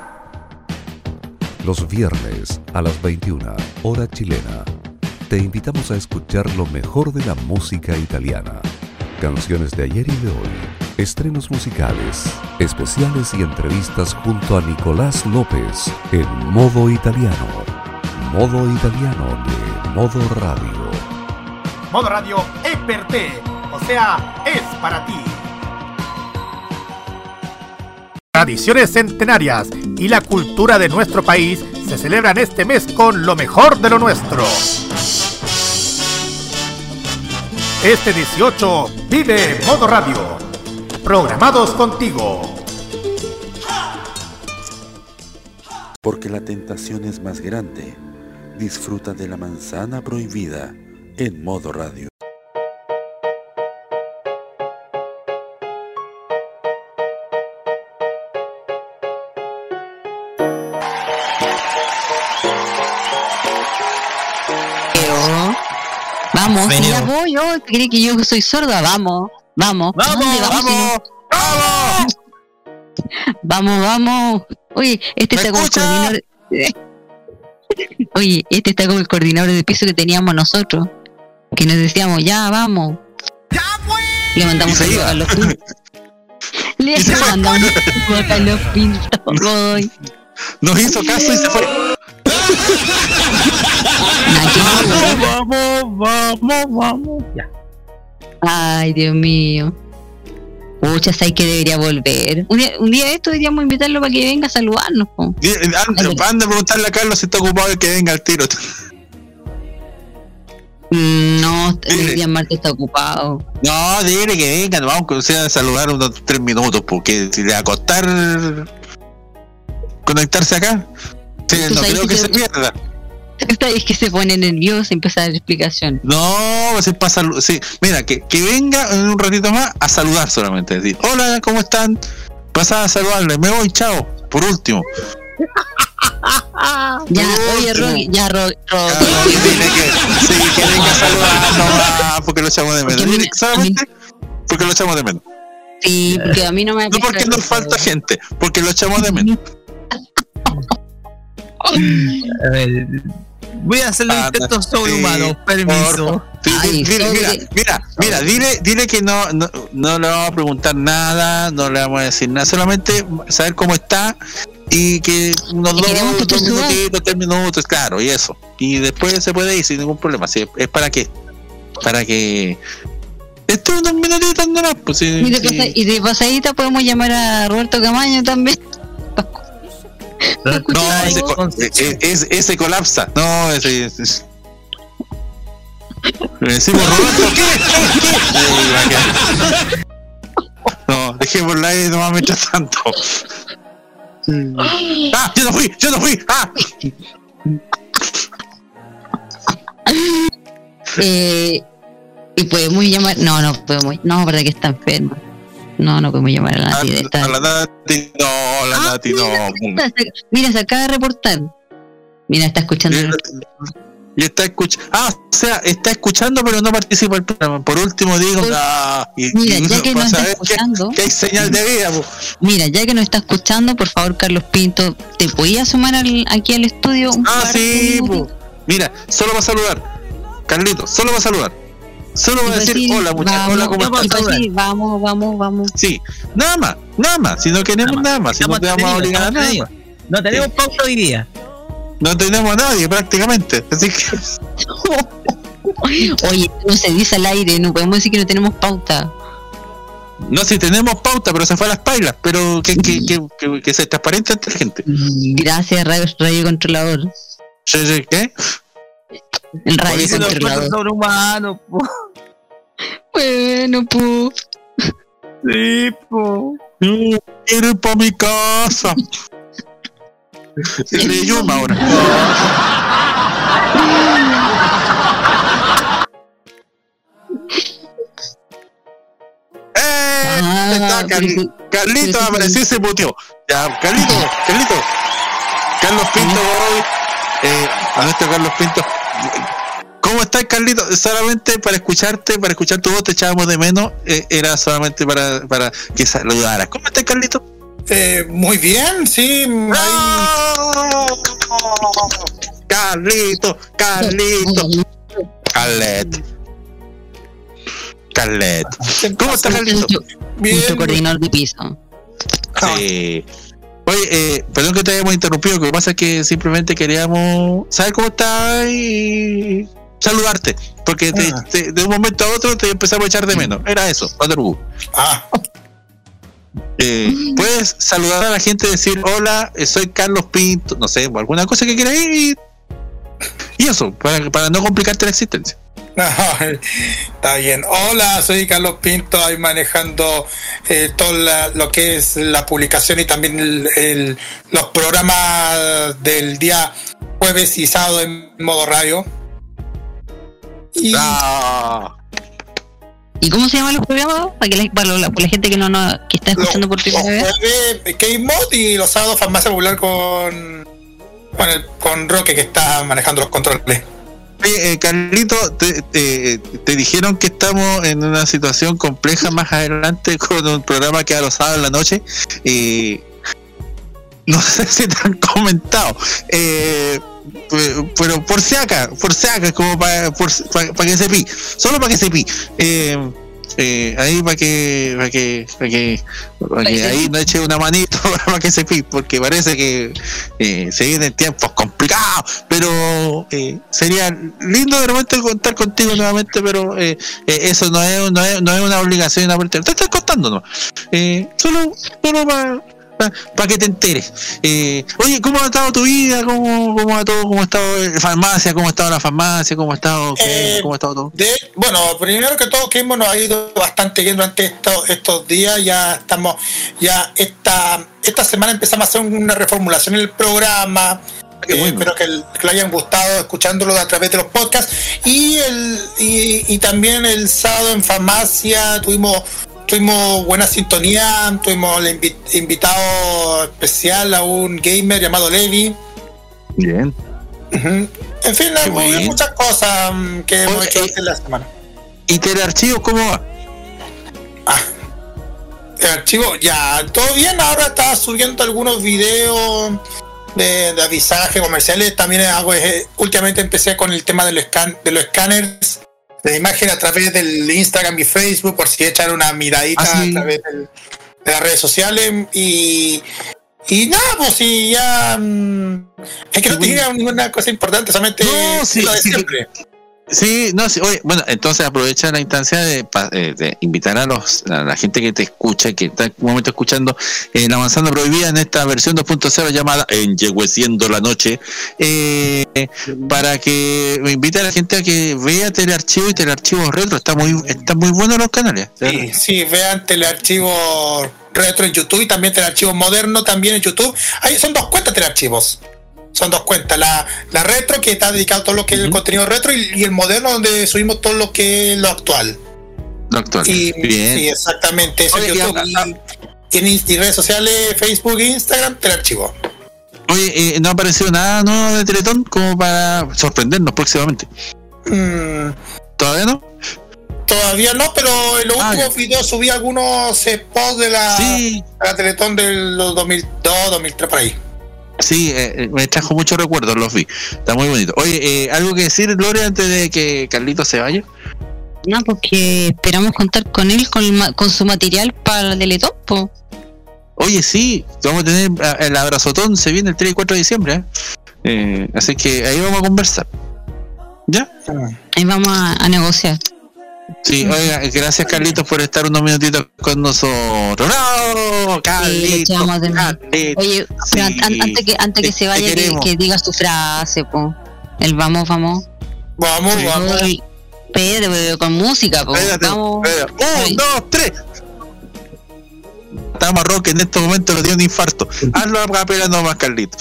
Los viernes a las 21, hora chilena, te invitamos a escuchar lo mejor de la música italiana. Canciones de ayer y de hoy, estrenos musicales, especiales y entrevistas junto a Nicolás López en Modo Italiano. Modo Italiano de Modo Radio. Modo Radio es per te, o sea, es para ti. Tradiciones centenarias y la cultura de nuestro país se celebran este mes con lo mejor de lo nuestro. Este 18 vive Modo Radio. Programados contigo. Porque la tentación es más grande. Disfruta de la manzana prohibida en Modo Radio. Vamos, si ya voy, yo creo que yo soy sorda, vamos. Vamos. Oye, este está como el coordinador. Oye, este está como el coordinador de piso que teníamos nosotros. Que nos decíamos, ya, vamos. Le mandamos saludos a los Pintos. Le mandamos saludos a los Pintos. Nos hizo caso y se fue. Vamos. Ya. Ay, Dios mío. Pucha, ¿sabes que debería volver? Un día de esto deberíamos invitarlo para que venga a saludarnos. Anda a preguntarle a Carlos si está ocupado y que venga al tiro. No, el día martes está ocupado. No, dile que venga, nos vamos a saludar unos 3 minutos, porque si le va a costar conectarse acá, sí, no creo que se pierda. Es que se pone nervioso y empieza a dar explicación. No, si pasa, sí, mira, que venga en un ratito más a saludar solamente, decir, hola, ¿cómo están? Pasa a saludarle, me voy, chao, por último. Ya, oye, Rocky, ya, Rocky. Dile que venga a saludar, porque lo echamos de menos. Solamente porque lo echamos de menos. Sí, porque a mí no me... No porque nos falta gente, porque lo echamos de menos. A ver, voy a hacer los intentos sobrehumanos, permiso. Mira, dile que no le vamos a preguntar nada, no le vamos a decir nada, solamente saber cómo está y que unos 2 minutitos, 3 minutos, claro, y eso. Y después se puede ir sin ningún problema. ¿Sí? ¿Es para qué? Para que esté unos minutitos nomás. Pues, sí, y de pasadita podemos llamar a Roberto Camaño también. No, ese colapsa. No, ese. Le decimos Roberto, ¿qué? No, dejémosla ahí nomás mientras tanto. ¡Ah! ¡Yo no fui! ¡Ah! Y podemos llamar. No podemos. No, verdad que está enferma. No podemos llamar a la Nati. A la Nati no. Mira, se acaba de reportar. Mira, está escuchando. Y está escuchando. O sea, está escuchando, pero no participa del programa. Por último, digo. Mira, ya que nos está escuchando. Que hay señal de vida, po. Mira, ya que nos está escuchando, por favor, Carlos Pinto, ¿te podías sumar aquí al estudio? Sí, po. Mira, solo va a saludar. Carlito, solo va a saludar. Solo va a decir hola, muchachos. Hola, ¿cómo estás? Vamos. Sí, nada más. Si no queremos nada más, si no te vamos a obligar a nada. No tenemos pauta hoy día. No tenemos a nadie prácticamente, así que. Oye, no se dice al aire, no podemos decir que no tenemos pauta. No, si tenemos pauta, pero se fue a las pailas, pero que se transparente ante la gente. Gracias, Radio Controlador. ¿Qué? El Radio Controlador. Sobrehumano, po. Bueno, po. Sí, po. No quiero ir para mi casa. Se le llama ahora. Carlito apareció y se muteó. Ya, Carlito. Carlos Pinto, a nuestro Carlos Pinto. ¿Cómo estás, Carlito? Solamente para escuchar tu voz te echábamos de menos. Era solamente para que saludaras. ¿Cómo estás, Carlito? Muy bien, sí. Carlito. Carlet. ¿Cómo estás, Carlito? Bien. Nuestro coordinador de piso. Sí. Oye, perdón que te hayamos interrumpido, lo que pasa es que simplemente queríamos saber cómo estás y saludarte, porque de un momento a otro te empezamos a echar de menos. Era eso, no te preocupes. Puedes saludar a la gente, decir hola, soy Carlos Pinto, no sé, alguna cosa que quieras ir y eso, para no complicarte la existencia. Está bien. Hola, soy Carlos Pinto, ahí manejando todo lo que es la publicación y también los programas del día jueves y sábado en modo radio. ¿Y cómo se llaman los programas? Para la gente que que está escuchando por primera vez. K-Mod y los sábados Farmacia Popular con Roque, que está manejando los controles. Oye, Carlito, te dijeron que estamos en una situación compleja más adelante con un programa que a los sábados en la noche. No sé si te han comentado. Pero por si acá, como para que sepi, solo para que sepi, ahí para que ahí no eche una manito para que sepi, porque parece que se vienen tiempos complicados, pero sería lindo de repente contar contigo nuevamente, pero eso no es una obligación, te estoy contando, ¿no? Solo para que te enteres. Oye, ¿cómo ha estado tu vida? ¿Cómo ha todo? ¿Cómo ha estado la farmacia? ¿Cómo ha estado la farmacia? ¿Cómo ha estado todo? Bueno, primero que todo, que nos ha ido bastante bien durante estos días. Ya estamos, esta semana empezamos a hacer una reformulación en el programa. Espero que le hayan gustado escuchándolo a través de los podcasts. Y también el sábado en farmacia tuvimos buena sintonía, tuvimos el invitado especial a un gamer llamado Levi. Bien. En fin, hay muchas cosas que hemos hecho en la semana. ¿Y Telearchivo cómo va? El archivo, ya, todo bien. Ahora está subiendo algunos videos de avisaje comerciales. También últimamente empecé con el tema de los escáneres de imagen a través del Instagram y Facebook, por si echar una miradita a través de las redes sociales. Y nada, pues si ya es que no te diga ninguna cosa importante, solamente lo de siempre. Sí, oye, bueno, entonces aprovecha la instancia de invitar a la gente que te escucha, que está en un momento escuchando La Manzana Prohibida en esta versión 2.0 llamada Enyegueciendo la Noche, para que me invite a la gente a que vea Telearchivo y Telearchivo Retro. Está muy bueno los canales. Sí, vean Telearchivo Retro en YouTube y también Telearchivo Moderno también en YouTube. Ahí son 2 cuentas Telearchivos. Son 2 cuentas, la retro, que está dedicado a todo lo que es el contenido retro, y el moderno, donde subimos todo lo que es lo actual. Bien. Sí, exactamente. Eso. Oye, YouTube y redes sociales, Facebook e Instagram, Telearchivo. Oye, ¿no ha aparecido nada nuevo de Teletón como para sorprendernos próximamente? ¿Todavía no? Todavía no, pero en los últimos videos subí algunos spots de la Teletón de los 2002, 2003, por ahí. Sí, me trajo muchos recuerdos, los vi. Está muy bonito. Oye, ¿algo que decir, Gloria, antes de que Carlitos se vaya? No, porque esperamos contar con él, con su material para el Teletón. Oye, sí, vamos a tener el abrazotón, se viene el 3 y 4 de diciembre. Así que ahí vamos a conversar. ¿Ya? Ahí vamos a negociar. Sí, oiga, gracias Carlitos por estar unos minutitos con nosotros. ¡No! Carlitos, Oye, pero antes que se vaya, que diga su frase, po. El vamos. Pedro, con música, po. Vamos. 1, 2, 3. Estamos a Roque en estos momentos, lo dio un infarto. Hazlo a capela nomás, Carlitos.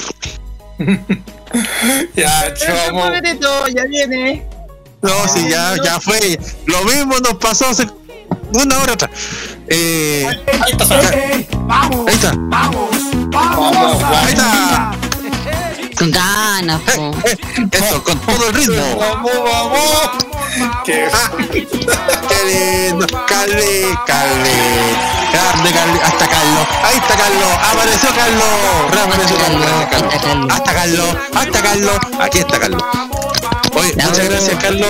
Ya, chamo. Ya viene. No, sí, ya fue. Lo mismo nos pasó hace una hora atrás. Ahí está. Ahí está. Vamos. Ahí está. Con ganas, po. Eso, con todo el ritmo. Vamos. Qué lindo. Cali. Grande Carlos. Hasta Carlos. Ahí está Carlos. Apareció Carlos. Reapareció Carlos. Hasta Carlos. Aquí está Carlos. Oye, muchas gracias, Carlos.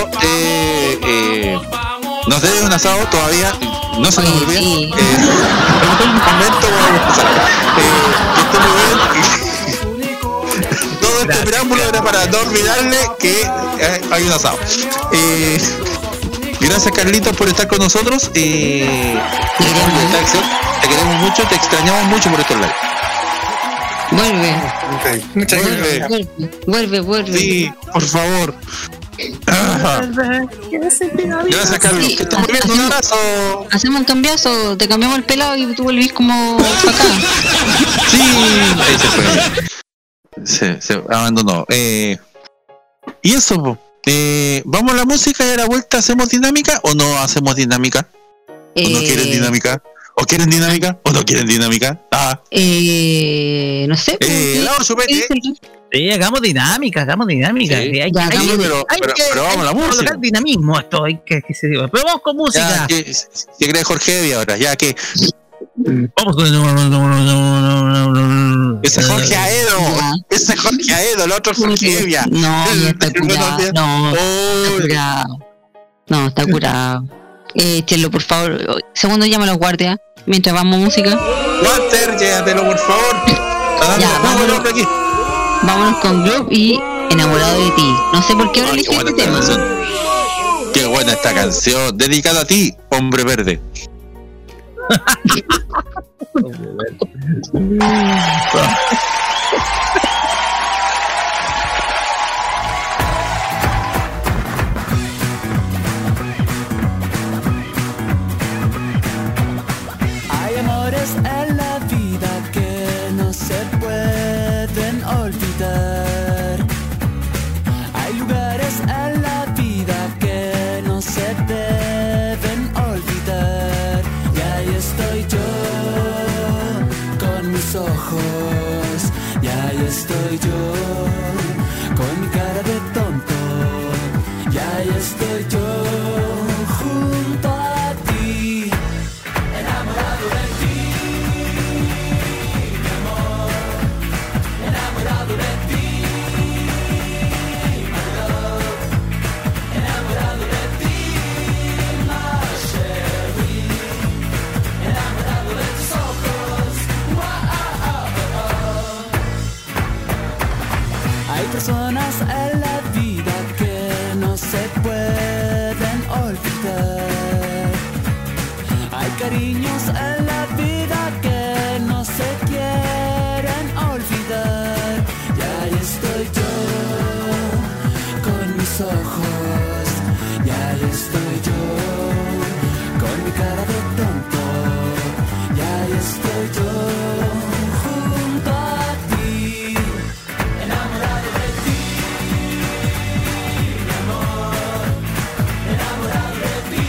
Nos debe un asado todavía. No se nos olvida. En un momento vamos a pasar acá. Que esté muy bien. Todo este preámbulo era para no olvidarle que hay un asado. Gracias, Carlitos, por estar con nosotros. Te queremos mucho, te extrañamos mucho por estos likes. Vuelve. Muchas gracias. Vuelve. Sí, por favor. Gracias, Carlos. Que estés muy bien. Un abrazo. Hacemos un cambiazo, te cambiamos el pelado y tú volvís como para acá. Sí, ahí se fue. Se abandonó. Y eso, po. ¿Vamos a la música y a la vuelta hacemos dinámica o no hacemos dinámica? ¿O no quieren dinámica? ¿O quieren dinámica? ¿O no quieren dinámica? No sé. Sí, hagamos dinámica. Sí. Pero vamos a la música. Colocar dinamismo esto, hay que se diga. Pero vamos con música. ¿Qué cree Jorge Evia ahora? Ya que... Vamos con Ese es Jorge Aedo. Ese es Jorge Aedo, el otro es Jorge Evia. No, está curado. No, está curado. Chelo, por favor. Segundo, llama a los guardias mientras vamos música. Walter, llévatelo, por favor. Ya, vámonos con Globe y Enamorado de ti. No sé por qué ahora elegí este tema. Qué buena esta canción. Dedicada a ti, hombre verde. Hay amores en la vida que no se pueden olvidar. Hay lugares en la vida que no se deben olvidar. Y ahí estoy yo con mis ojos. Y ahí estoy yo con mi cara de tonto. Y ahí estoy yo junto a ti. Enamorado de ti, mi amor. Enamorado de ti, my love. Enamorado de ti, my Sherry. Enamorado de tus ojos. Hay personas en la vida que no se pueden olvidar. Hay cariños en la vida que no se quieren olvidar. Y ahí estoy yo con mis ojos. Y ahí estoy yo con mi cara de tonto. Y ahí estoy yo junto a ti. Enamorado de ti, mi amor. Enamorado de ti,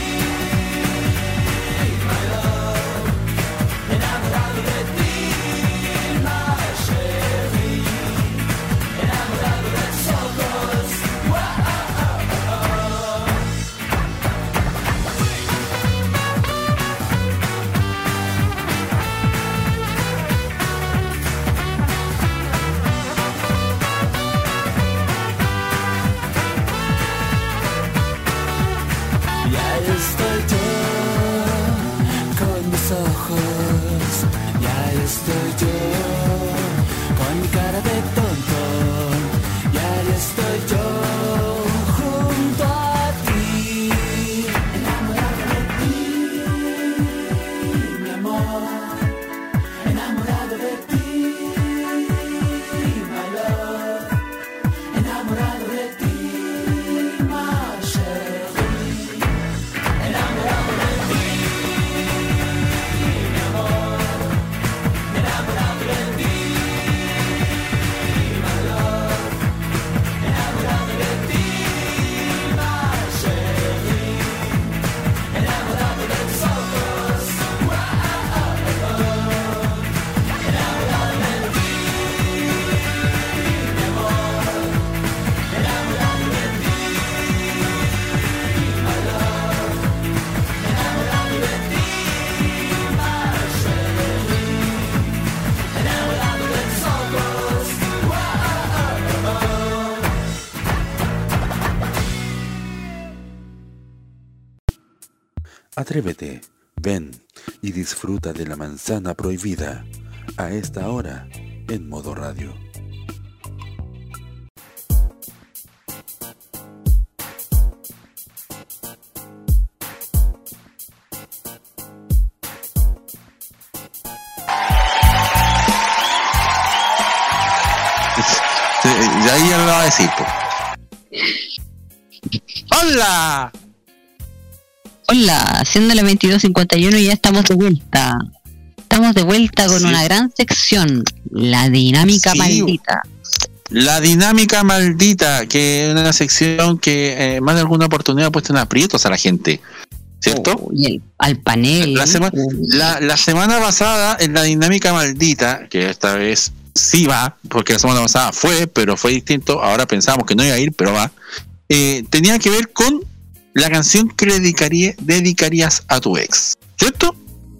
my love. Enamorado de ti, my Sherry. Enamorado de tus ojos. Y ahí estoy yo con mis ojos. Y ahí estoy yo con mi cara de tonto. Y ahí estoy yo junto a ti. Enamorado de ti, mi amor. Enamorado de ti, my love. Enamorado de ti, my Sherry. Enamorado de ti, mi amor. Enamorado de ti, my love. Enamorado de ti, my Sherry. Enamorado de tus ojos. Enamorado de ti, mi amor. Enamorado de ti, my love. Enamorado de ti, my Sherry. Enamorado de tus ojos. Atrévete, ven y disfruta de la manzana prohibida a esta hora en modo radio. De ahí ya lo va a decir, po. ¡Hola! Hola, siendo las 22:51 y ya estamos de vuelta. Estamos de vuelta con una gran sección, la dinámica maldita. La dinámica maldita, que es una sección que más de alguna oportunidad ha puesto en aprietos a la gente, ¿cierto? Y al panel. La semana pasada, en la dinámica maldita, que esta vez sí va, porque la semana pasada fue, pero fue distinto, ahora pensamos que no iba a ir, pero va, tenía que ver con la canción que le dedicarías a tu ex, ¿cierto?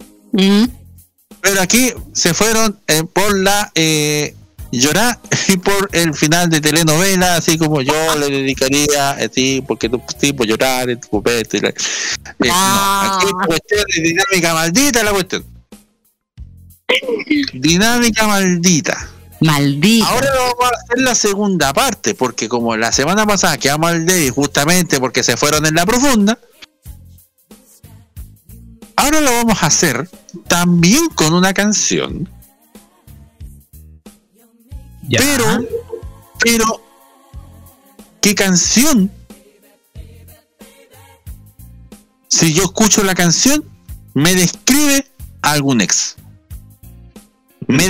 Pero aquí se fueron por la llorar y por el final de telenovela, así como yo le dedicaría a ti, porque tu tipo llorar en tu copete. No, aquí es cuestión de dinámica maldita, la cuestión. Dinámica maldita. Ahora lo vamos a hacer la segunda parte, porque como la semana pasada quedamos al débil justamente porque se fueron en la profunda, ahora lo vamos a hacer también con una canción. Ya. Pero ¿qué canción? Si yo escucho la canción, me describe a algún ex. Me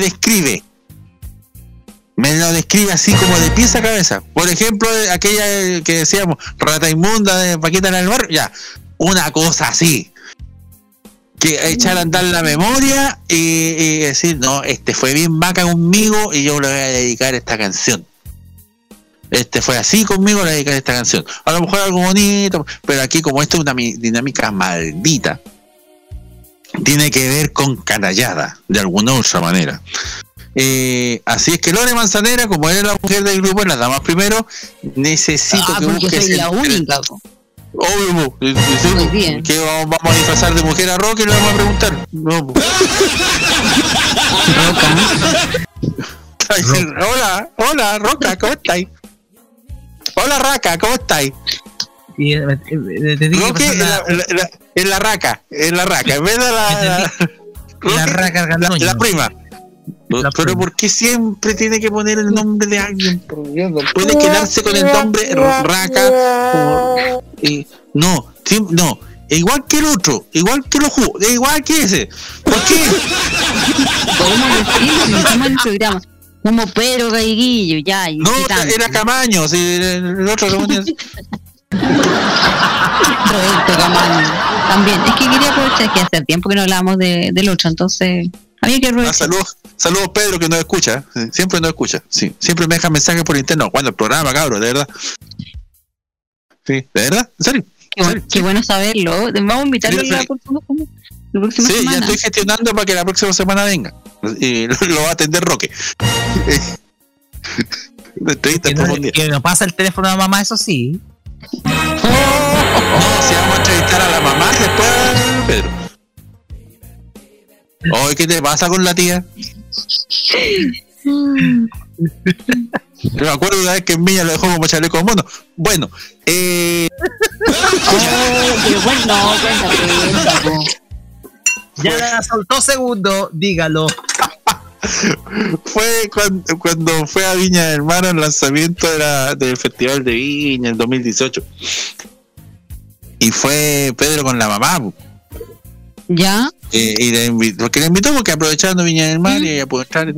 lo describe así como de pies a cabeza. Por ejemplo, aquella que decíamos, Rata Inmunda de Paquita en el Barrio, ya, una cosa así. Que echar a andar la memoria y decir, no, fue bien vaca conmigo y yo le voy a dedicar esta canción. Fue así conmigo, le voy a dedicar esta canción. A lo mejor algo bonito, pero aquí como esto es una dinámica maldita, tiene que ver con canallada, de alguna u otra manera. Así es que Lore Manzanera, como eres la mujer del grupo, en las damas primero, necesito que busques. Yo soy la única. Obvio, que vamos a disfrazar de mujer a Roca y le vamos a preguntar. No. Hola, Roca, ¿cómo estáis? Hola, Raca, ¿cómo estáis? Roque en la raca, en vez de la prima. Pero ¿por qué siempre tiene que poner el nombre de alguien? No puede quedarse con el nombre Raca. No, igual que el otro, igual que los jugos, igual que ese. ¿Por qué? Podemos decirlo, estamos en el programa. Como Pedro Gaiguillo, ya. No, era Camaño, si el otro lo ponía así. Roberto Camaño. También, es que quería aprovechar que hace tiempo que no hablábamos del otro, entonces había que aprovechar. Saludos Pedro, que nos escucha, siempre nos escucha, sí, siempre me deja mensajes por interno cuando el programa, cabrón, de verdad. Sí, ¿de verdad? ¿En serio? Qué bueno saberlo. Vamos a invitarlo la próxima semana. Ya estoy gestionando para que la próxima semana venga y lo va a atender Roque. Que no pasa el teléfono a la mamá, eso sí. No, si vamos a entrevistar a la mamá después, Pedro. Oye, ¿qué te pasa con la tía? Yo me acuerdo una vez que en Viña lo dejó como chaleco mono. Bueno, ya la soltó segundo, dígalo. Fue cuando fue a Viña del Mar el lanzamiento del Festival de Viña en 2018. Y fue Pedro con la mamá. ¿Ya? Y le invitó porque aprovechando Viña del Mar y ella pudo estar.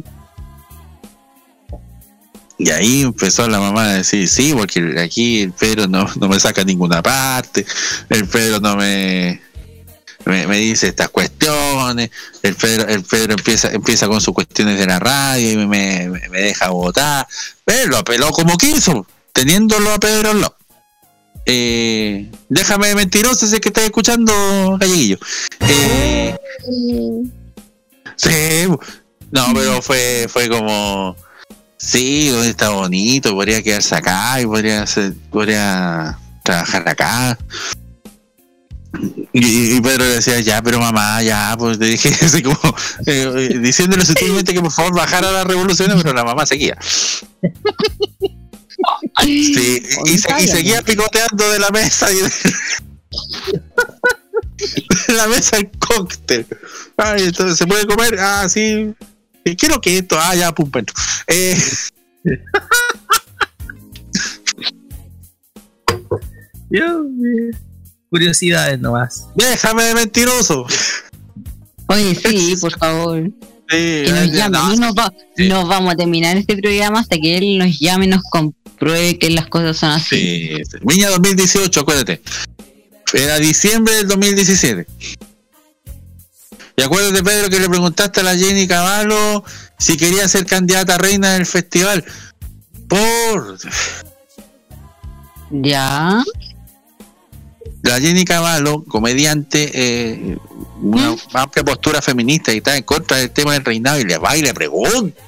Y ahí empezó la mamá a decir, sí, porque aquí el Pedro no me saca a ninguna parte, el Pedro no me dice estas cuestiones, el Pedro empieza con sus cuestiones de la radio y me deja votar, pero lo apeló como quiso, teniéndolo a Pedro al lado. Déjame de mentiroso si es que estás escuchando, Galleguillo. Sí, no, pero fue como, sí, está bonito, podría quedarse acá y podría trabajar acá. Y Pedro le decía, ya, pero mamá, ya, pues le dije así como diciéndole sutilmente que por favor bajara las revoluciones, pero la mamá seguía. Sí, y seguía picoteando de la mesa y de la mesa el cóctel. Ay, entonces se puede comer, sí. Quiero que esto, ya, pum, Curiosidades nomás. Déjame de mentiroso. Oye, sí, por favor. Sí, que nos llame. No vamos a terminar este programa hasta que él nos llame y nos compruebe que las cosas son así. Sí. Viña 2018, acuérdate. Era diciembre del 2017. Y acuérdate, Pedro, que le preguntaste a la Jenny Cavallo si quería ser candidata a reina del festival. Ya. La Jenny Cavallo, comediante, una amplia postura feminista y está en contra del tema del reinado, y le va y le pregunta.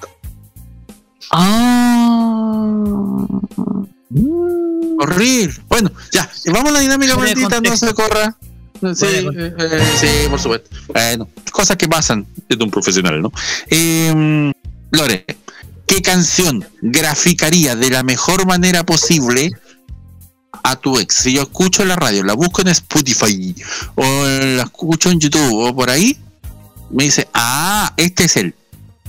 Horrible. Bueno, ya, vamos a la dinámica maldita, no se corra. Sí, por supuesto. Bueno, cosas que pasan de un profesional, ¿no? Lore, ¿qué canción graficaría de la mejor manera posible a tu ex? Si yo escucho en la radio, la busco en Spotify o la escucho en YouTube o por ahí, me dice, este es él.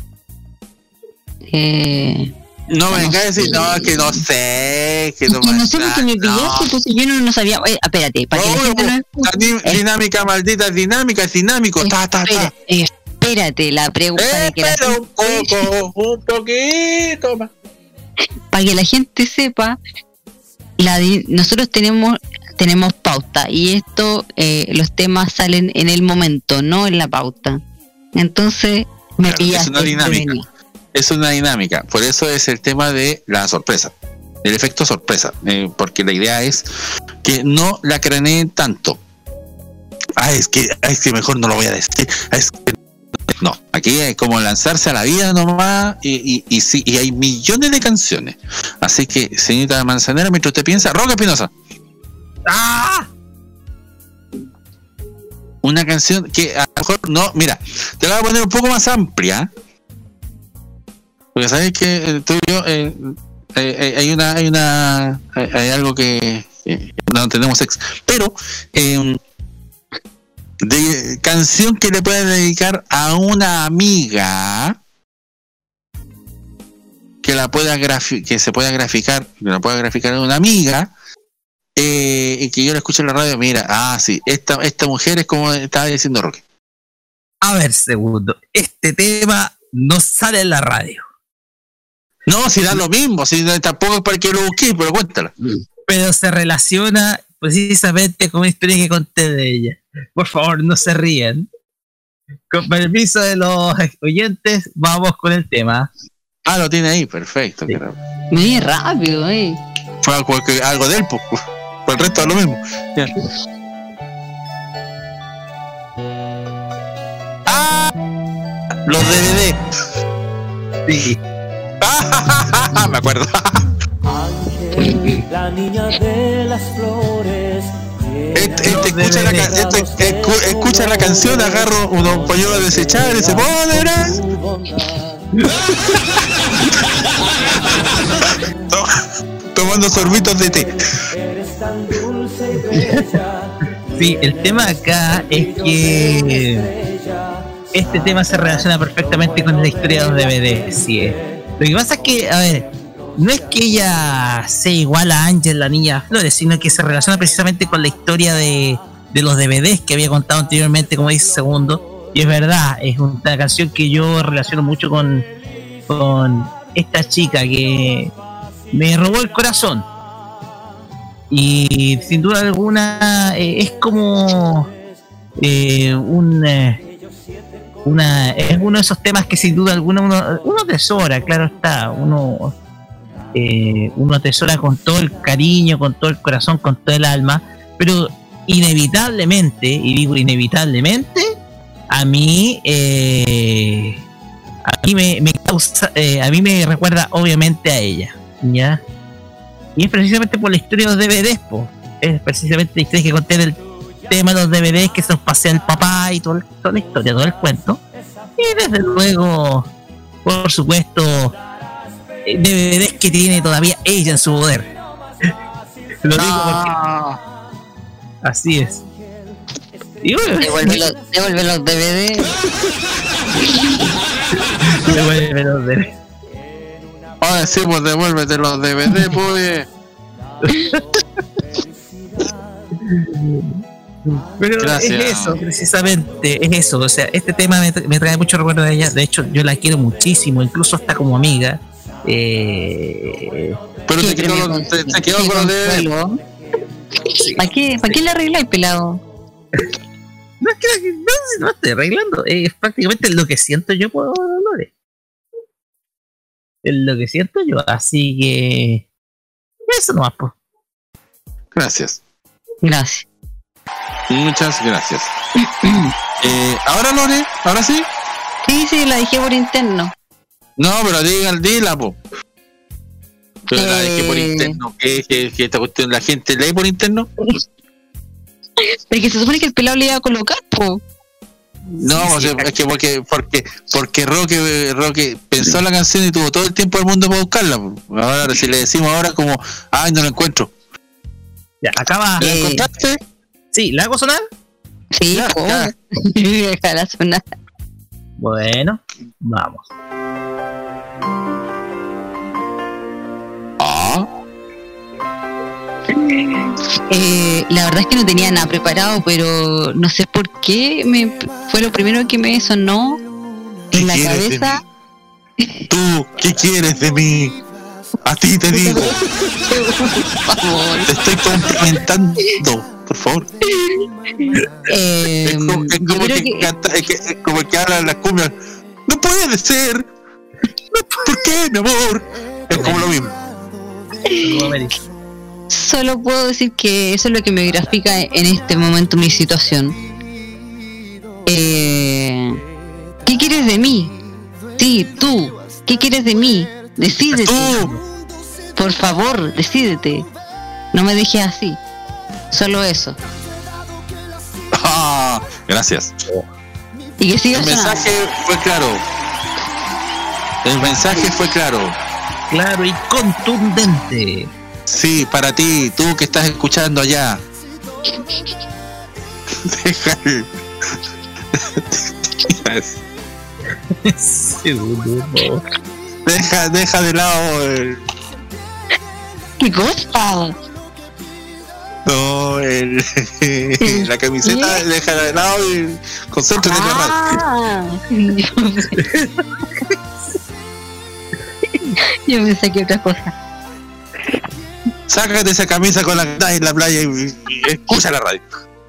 No me venga a decir, no, que no sé, que no sé porque me pillaste, entonces yo no sabía. Oye, espérate, para que la gente no escuche. Dinámica maldita, es dinámico. Espérate, la pregunta de que un poquito más. Para que la gente sepa, nosotros tenemos pauta y esto, los temas salen en el momento, no en la pauta. Entonces me pillaste. Es una dinámica. Es una dinámica, por eso es el tema de la sorpresa, el efecto sorpresa, porque la idea es que no la craneen tanto. Es que mejor no lo voy a decir. No, aquí es como lanzarse a la vida nomás, y hay millones de canciones. Así que, señorita Manzanera, mientras usted piensa, Roque Espinosa. Una canción que a lo mejor no, mira, te la voy a poner un poco más amplia. Porque sabes que tú y yo hay algo que no tenemos ex, pero de canción que le puedes dedicar a una amiga que la pueda que se pueda graficar, que la pueda graficar a una amiga, y que yo la escuche en la radio. Mira, sí, esta mujer es como estaba diciendo Roque. A ver, segundo, este tema no sale en la radio. No, si da lo mismo, si tampoco es para que lo busques, pero cuéntala. Pero se relaciona precisamente con la historia que conté de ella. Por favor, no se ríen. Con permiso de los oyentes, vamos con el tema. Lo tiene ahí, perfecto. Sí. Muy rápido, Fue algo de él, pues. Por el resto es lo mismo. Ya. Los DVD. Sí. Me acuerdo. Ángel, la niña de las flores. Escucha la canción, agarro unos pañuelos desechables y se ponerá. Tomando sorbitos de té. Sí, el tema acá es que este tema se relaciona perfectamente con la historia de los DVDs. Sí. Lo que pasa es que, a ver, no es que ella sea igual a Ángel, la niña Flores, sino que se relaciona precisamente con la historia de los DVDs que había contado anteriormente, como dice Segundo. Y es verdad, es una canción que yo relaciono mucho con esta chica que me robó el corazón. Y sin duda alguna es como es uno de esos temas que sin duda alguna uno atesora, claro está, uno atesora con todo el cariño, con todo el corazón, con todo el alma, pero inevitablemente, y digo inevitablemente, a mí me causa, a mí me recuerda obviamente a ella, ¿ya? Y es precisamente por la historia de los DVDs, es precisamente la historia que conté del tema de los DVDs que se los pasé al papá y toda la historia, todo el cuento. Y desde luego, por supuesto, DVDs que tiene todavía ella en su poder. Lo digo porque así es. Y bueno, devuelve los DVDs. Devuelve los DVDs. Ahora sí, pues devuélvete los DVD, pues. Pero Gracias. es eso, precisamente, es eso. O sea, este tema me trae mucho recuerdo de ella. De hecho, yo la quiero muchísimo, incluso hasta como amiga. Pero te quedó con los dedos. ¿Para qué le arregláis, pelado? No es que no estoy arreglando, es prácticamente lo que siento yo por Lore. Es lo que siento yo, así que eso nomás, pues. Gracias. Gracias. Muchas gracias. ¿Ahora, Lore? ¿Ahora sí? Sí, la dejé por interno. No, pero dila, po. Pero la dejé por interno. ¿Que esta cuestión la gente lee por interno? Porque se supone que el pelado le iba a colocar, po. No, sí, o sea, es que porque Roque pensó la canción y tuvo todo el tiempo del mundo para buscarla. Po. Ahora si le decimos ahora como, ay, no la encuentro. Ya, acaba. ¿La encontraste? Sí, ¿la hago sonar? Sí, ya. Déjala sonar. Bueno, vamos. La verdad es que no tenía nada preparado, pero no sé por qué fue lo primero que me sonó en la cabeza. ¿Tú qué quieres de mí? A ti te digo. Por favor. Te estoy complementando, por favor. Es como que hablan las cumbias. No puede ser. ¿Por qué, mi amor? Es como lo mismo. Solo puedo decir que eso es lo que me grafica en este momento mi situación. ¿Qué quieres de mí? Sí, tú. ¿Qué quieres de mí? Decídete. Por favor, decídete. No me dejes así. Solo eso. Gracias. Y que sigas. El mensaje fue claro. El mensaje fue claro. Claro y contundente. Sí, para ti, tú que estás escuchando allá. Deja de lado ¿Qué cosa? No, la camiseta, ¿qué? Deja de lado y concéntrate en la radio. Yo me saqué otra cosa. Sácate esa camisa con la que estás en la playa y escucha la radio.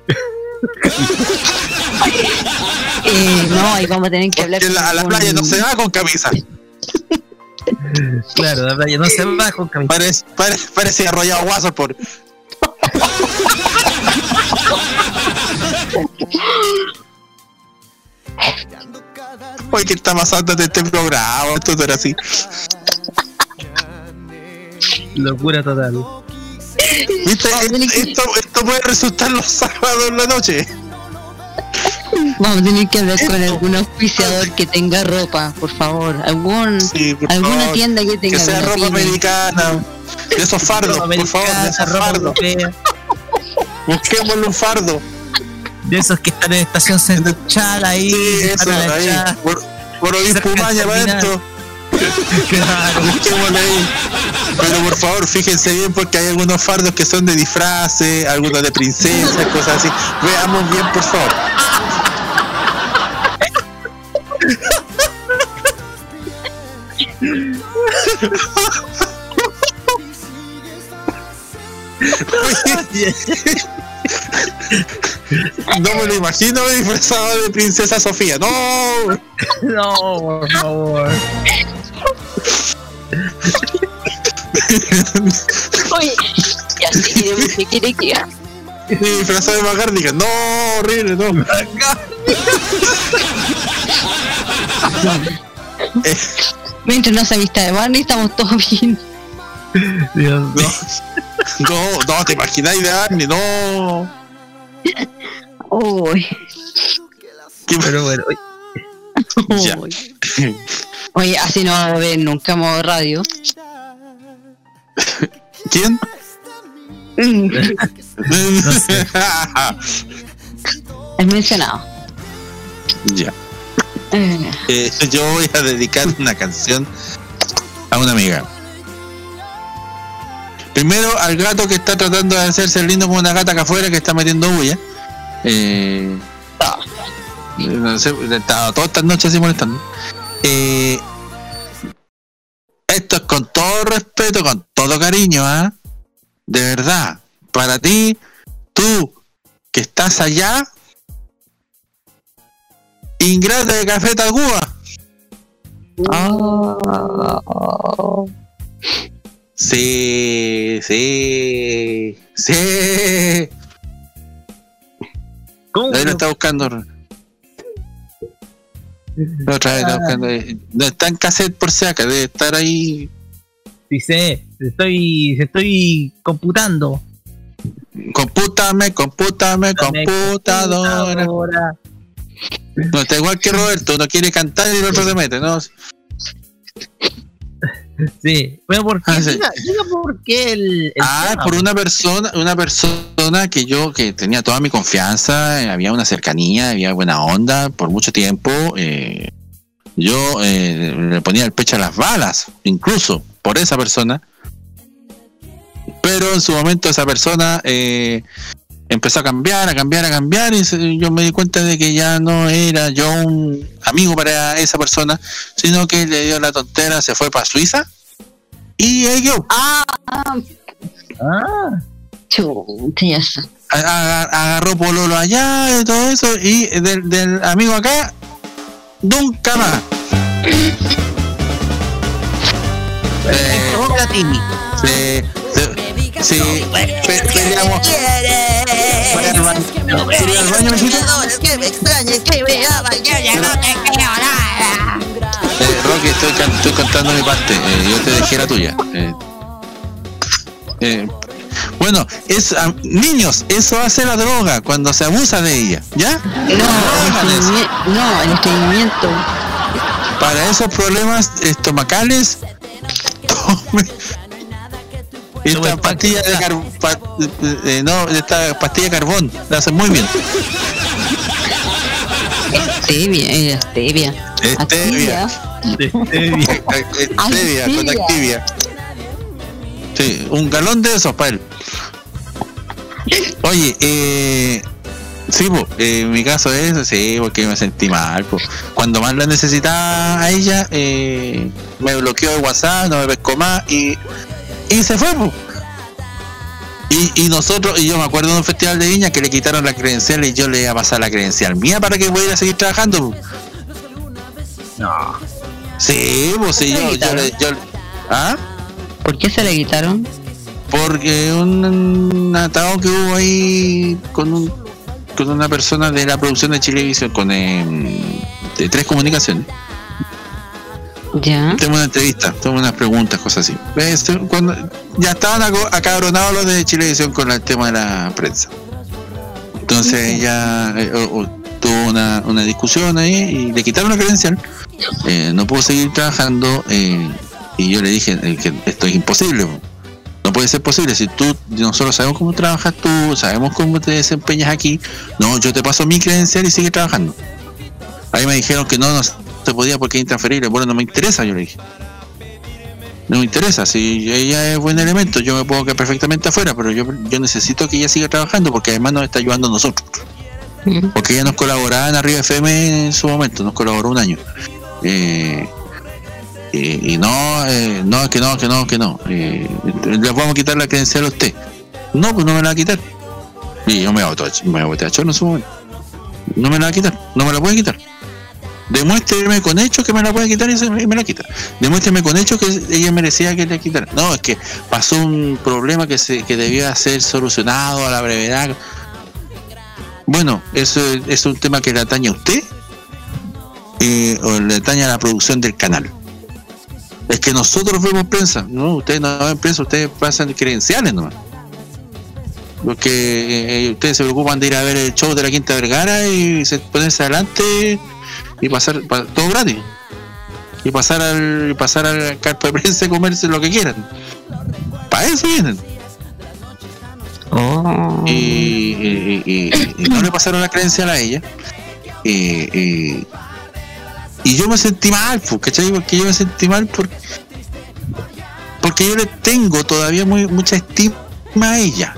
No, ahí vamos a tener que hablar. Porque a la playa no se va con camisa. Claro, la playa no se va con camisa. Parece arrollado guaso por. Oye, ¿qué está pasando en este programa? Esto no era así. Locura total. ¿Viste? Esto puede resultar los sábados en la noche. Vamos a tener que hablar con algún auspiciador que tenga ropa, por favor. Alguna favor, tienda que tenga. Que sea ropa americana. De esos fardos, por favor, de esos fardos. Busquémosle un fardo. De esos que están en estación central ahí. Sí, eso, ahí. Por obispo Maña para esto. Claro, busquémosle ahí. Pero por favor, fíjense bien porque hay algunos fardos que son de disfraces, algunos de princesas, cosas así. Veamos bien, por favor. No me lo imagino disfrazado de princesa Sofía. No, por favor. Oye, ya sé que quiere que haga. Disfrazado de Magardiga. No, horrible, no. Mientras no se vista de Barney, estamos todos bien. No, te imagináis de Barney, no. Uy. Pero bueno, ya. Oye, así no va a ver nunca modo radio. ¿Quién? no sé. Es mencionado. Ya. Yo voy a dedicar una canción a una amiga. Primero al gato que está tratando de hacerse lindo como una gata acá afuera que está metiendo bulla. No sé, estaba todas estas noches así molestando. Esto es con todo respeto, con todo cariño, de verdad. Para ti, tú que estás allá, ingrata de Café Tacuba. Sí. ¿Cómo? Ahí lo está buscando. Otra vez está buscando. No está en cassette por si acaso, debe estar ahí. Sí sé, estoy computando. Compútame, computadora. No, está igual que Roberto, uno quiere cantar y el otro se mete, ¿no? Sí, pero ¿por qué? Sí. Diga por qué el por una persona que tenía toda mi confianza, había una cercanía, había buena onda por mucho tiempo. Yo le ponía el pecho a las balas, incluso por esa persona. Pero en su momento esa persona empezó a cambiar y yo me di cuenta de que ya no era yo un amigo para esa persona, sino que le dio la tontera, se fue para Suiza y ahí quedó. Agarró pololo allá y todo eso, y del amigo acá nunca más. Sí, peleamos. Que me extrañes, que me amas, yo ya no te creo nada. Rocky, estoy contando mi parte. Yo te dejé la tuya. Bueno, niños, eso hace la droga cuando se abusa de ella, ¿ya? No, el estreñimiento. Para esos problemas estomacales, tome esta pastilla de esta pastilla de carbón, la hace muy bien. Stevia con Activia. Sí, un galón de esos para él. Oye, sí, mi caso es, sí, porque me sentí mal, cuando más la necesitaba a ella, me bloqueó de WhatsApp, no me pescó más y se fue, y nosotros, y yo me acuerdo de un festival de Viña que le quitaron la credencial y yo le iba a pasar la credencial mía para que pudiera seguir trabajando. No. Sí, sí, yo ¿Por qué se le quitaron? Porque un atado que hubo ahí con una persona de la producción de Chilevisión, de Tres Comunicaciones. Ya. Tengo una entrevista, tengo unas preguntas, cosas así. Cuando ya estaban acabronados los de Chilevisión con el tema de la prensa. Entonces ya tuvo una discusión ahí y le quitaron la credencial. No pudo seguir trabajando y yo le dije que esto es imposible. No puede ser posible. Si nosotros sabemos cómo trabajas tú, sabemos cómo te desempeñas aquí. No, yo te paso mi credencial y sigue trabajando. Ahí me dijeron que no se podía porque es intransferible. Bueno, no me interesa, yo le dije. No me interesa, si ella es buen elemento, yo me puedo quedar perfectamente afuera, pero yo necesito que ella siga trabajando porque además nos está ayudando a nosotros. Porque ella nos colaboraba en Arriba FM en su momento, nos colaboró un año. Y no, que no. Le vamos a quitar la credencial a usted. No, pues no me la va a quitar. Y yo me boté a chorro en su momento. No me la va a quitar, no me la puede quitar. Demuéstreme con hechos que me la puede quitar y me la quita. Demuéstreme con hechos que ella merecía que le quitara. No, es que pasó un problema que debía ser solucionado a la brevedad. Bueno, eso es un tema que le atañe a usted o le atañe a la producción del canal. Es que nosotros vemos prensa, no, ustedes no ven prensa, ustedes pasan credenciales nomás. Porque ustedes se preocupan de ir a ver el show de la Quinta Vergara y ponerse adelante y pasar todo gratis. Y pasar al carpa de prensa y comerse lo que quieran. Para eso vienen. Y no le pasaron la credencial a ella. Y yo me sentí mal, ¿cachai? Porque yo me sentí mal porque porque yo le tengo todavía mucha estima a ella.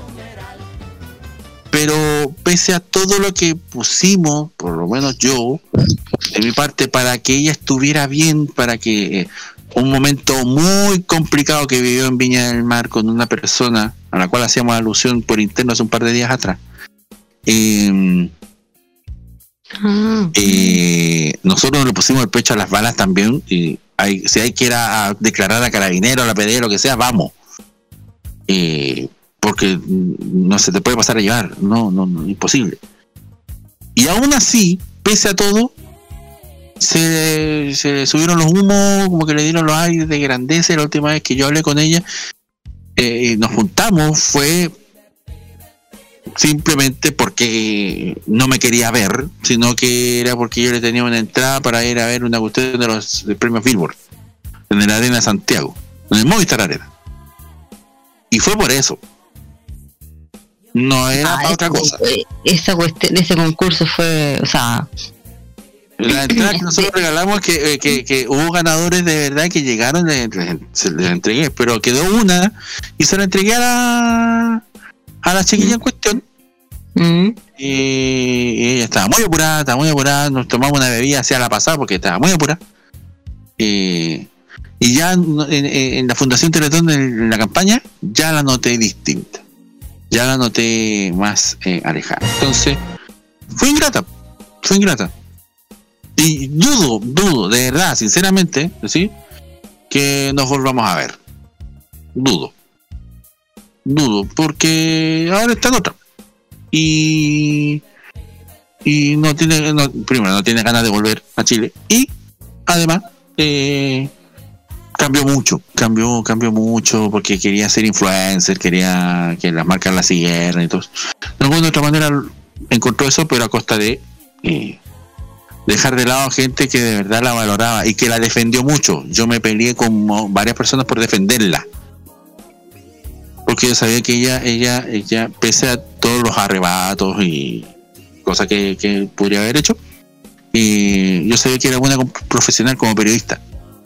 Pero pese a todo lo que pusimos, por lo menos yo, de mi parte, para que ella estuviera bien, para que un momento muy complicado que vivió en Viña del Mar con una persona a la cual hacíamos alusión por interno hace un par de días atrás, nosotros le pusimos el pecho a las balas también, y si hay que ir a declarar a Carabineros, a la PD, lo que sea, vamos. Porque no se te puede pasar a llevar, no, imposible. Y aún así, pese a todo, se subieron los humos, como que le dieron los aires de grandeza. La última vez que yo hablé con ella, nos juntamos, fue simplemente porque no me quería ver, sino que era porque yo le tenía una entrada para ir a ver una cuestión de los premios Billboard en el Arena Santiago, en el Movistar Arena. Y fue por eso. No era para otra cosa. Esa cuestión, ese concurso fue, o sea, la entrada que nosotros regalamos, que hubo ganadores de verdad que llegaron, se les entregué, pero quedó una y se la entregué a la chiquilla en cuestión. Y ella estaba muy apurada, nos tomamos una bebida hacia la pasada porque estaba muy apurada. Y ya en la Fundación Teletón, en la campaña, ya la noté distinta, ya la noté más alejada. Entonces fue ingrata. Y dudo, de verdad, sinceramente, ¿sí?, que nos volvamos a ver. Dudo, porque ahora está en otra. Y primero no tiene ganas de volver a Chile. Y además, cambió mucho porque quería ser influencer, quería que las marcas la siguieran y todo. De alguna u otra manera encontró eso, pero a costa de dejar de lado a gente que de verdad la valoraba y que la defendió mucho. Yo me peleé con varias personas por defenderla, porque yo sabía que ella pese a todos los arrebatos y cosas que podría haber hecho, yo sabía que era buena profesional como periodista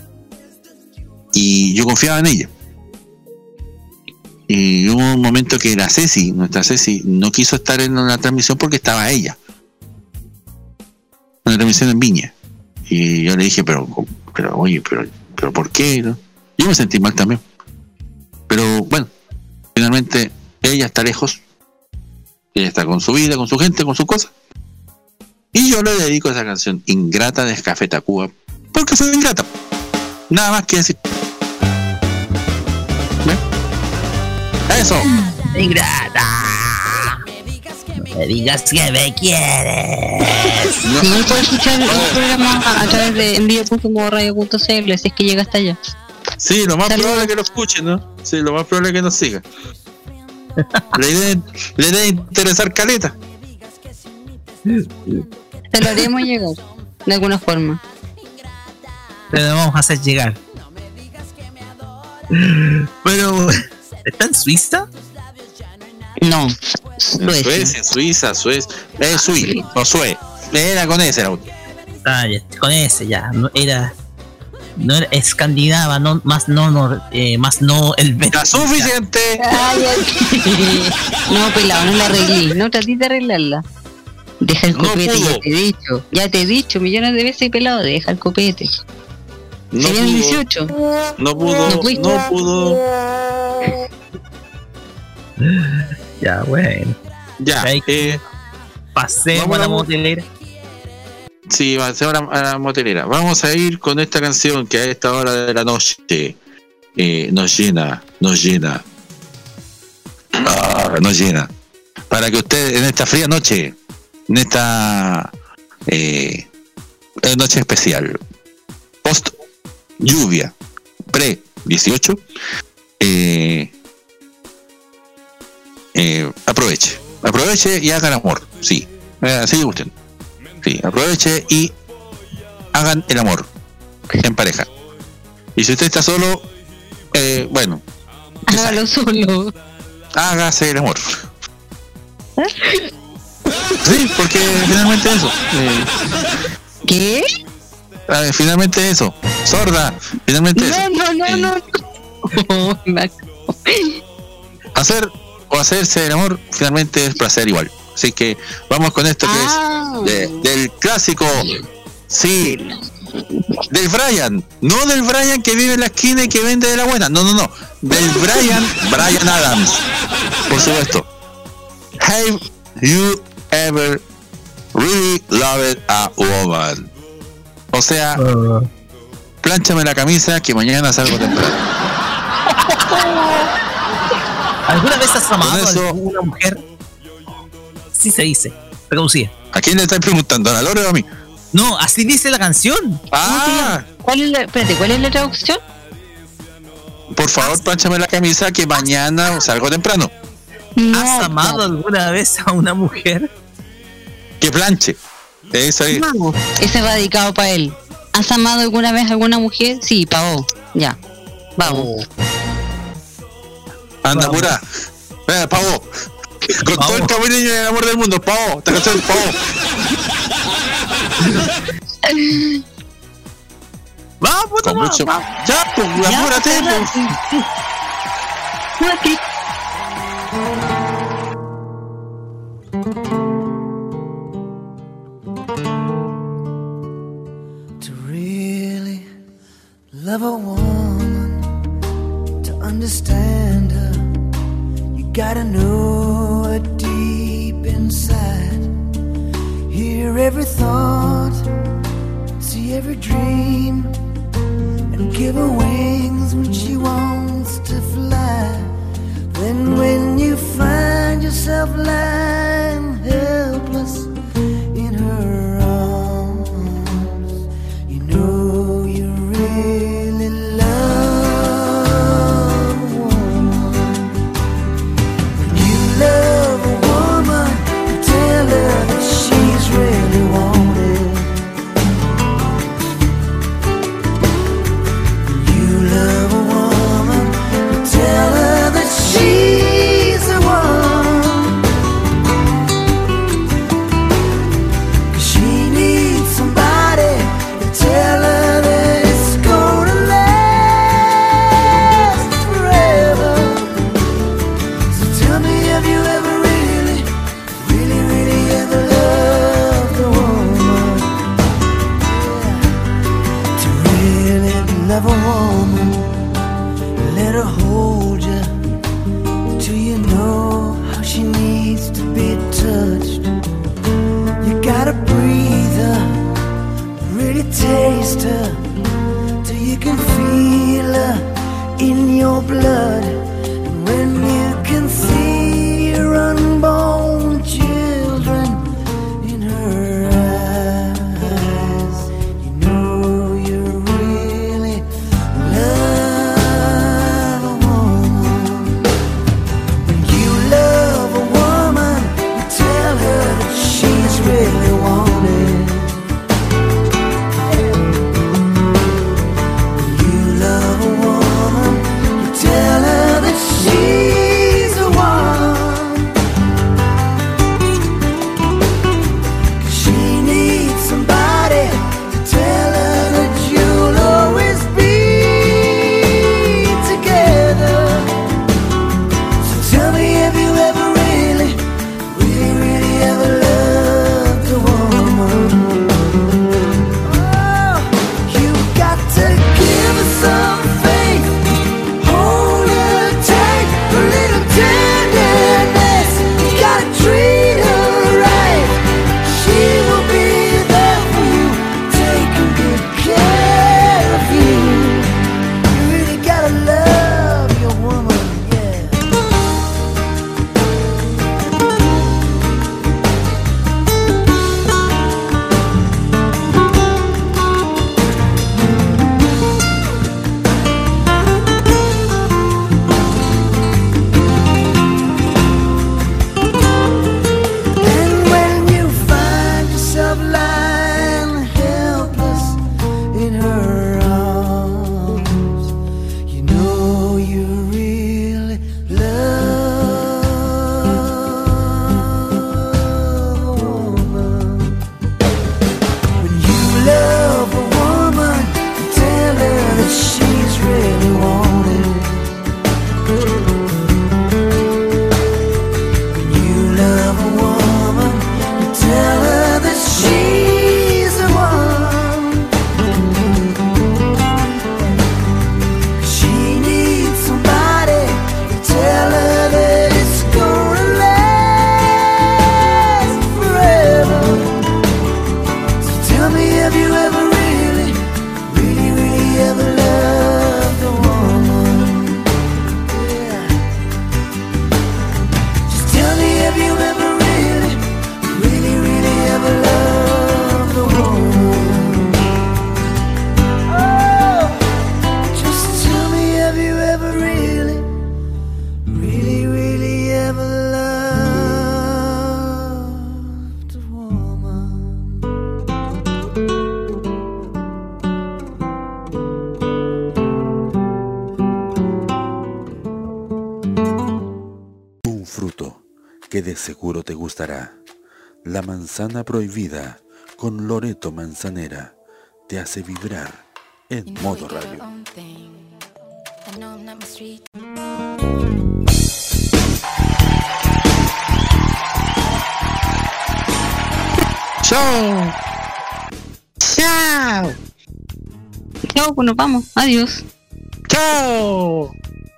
y yo confiaba en ella. Y hubo un momento que nuestra Ceci no quiso estar en la transmisión porque estaba ella en la transmisión en Viña, y yo le dije pero ¿por qué? ¿No? Yo me sentí mal también, pero bueno, finalmente ella está lejos, ella está con su vida, con su gente, con sus cosas, y yo le dedico esa canción Ingrata de Café Tacuba porque fue ingrata, nada más que decir. Eso. Ingrata. Me digas que me quieres. No puedes escuchar el programa a través de envío.radio.cl si es que llega hasta allá. Sí, lo más probable es que lo escuchen, ¿no? Sí, lo más probable es que nos siga. Le debe interesar caleta. Te lo haremos llegar de alguna forma. Te lo vamos a hacer llegar. Pero ¿está en Suiza? No, Suiza. Era con ese auto. Ah, ya, con ese ya. No era escandinava, más no el ¡Está suficiente! No, pelado, no la arreglé. No traté de arreglarla. Deja el copete, ya te he dicho millones de veces, pelado, deja el copete. Serían 18. No pudo. Ya, bueno. Ya, pasemos a la motelera. Sí, pasemos a la motelera. Vamos a ir con esta canción que a esta hora de la noche nos llena. Nos llena. Para que usted en esta fría noche, en esta noche especial, post lluvia, pre 18, aproveche y hagan amor. Sí, así usted. Sí, aproveche y hagan el amor en pareja. Y si usted está solo, bueno, hágalo solo. Hágase el amor. Sí, porque finalmente eso. ¿Qué? Finalmente eso. Sorda, finalmente eso. No. Hacer o hacerse el amor finalmente es placer igual. Así que vamos con esto que es del clásico, sí, del Brian, no del Brian que vive en la esquina y que vende de la buena, no, del Brian Adams, por supuesto. Have you ever really loved a woman? O sea, plánchame la camisa que mañana salgo temprano. ¿Alguna vez has amado a una mujer? Sí se dice, reconocida. ¿A quién le estás preguntando? ¿A la Lore o a mí? No, así dice la canción. ¿Cuál es la traducción? Por favor, plánchame la camisa que mañana salgo temprano. ¿Has amado alguna vez a una mujer? Que planche. Eso es. Ese va dedicado para él. ¿Has amado alguna vez a alguna mujer? Sí, para vos. Ya. Vamos. Anda, pura. Venga, pavo. Con todo el cariño y el amor del mundo, pavo. Esta canción es pavo. Vamos, puto. Ya, pues, apúrate. To really love a woman, to understand her, you gotta know her deep inside. Hear every thought, see every dream, and give her wings when she wants to fly. Then when you find yourself lying helpless in her arms, you know you really love a woman. When you love a woman, you tell her that she's really wanted. When you love a woman, you tell her that she's the one. 'Cause she needs somebody to tell her that it's gonna last forever. So tell me, have you ever really, really, really ever loved a woman? Yeah. To really love a woman, let her hold you till you know how she needs to be touched. You gotta breathe her, really taste her, till you can feel her in your blood. And when you can see your unborn children in her eyes, you know you really love a woman. When you love a woman, you tell her that she's really wanted. When you love a woman, you tell her that que de seguro te gustará. La manzana prohibida con Loreto Manzanera te hace vibrar en modo radio. ¡Chao! ¡Chao! Chao, pues nos vamos. Adiós. ¡Chao!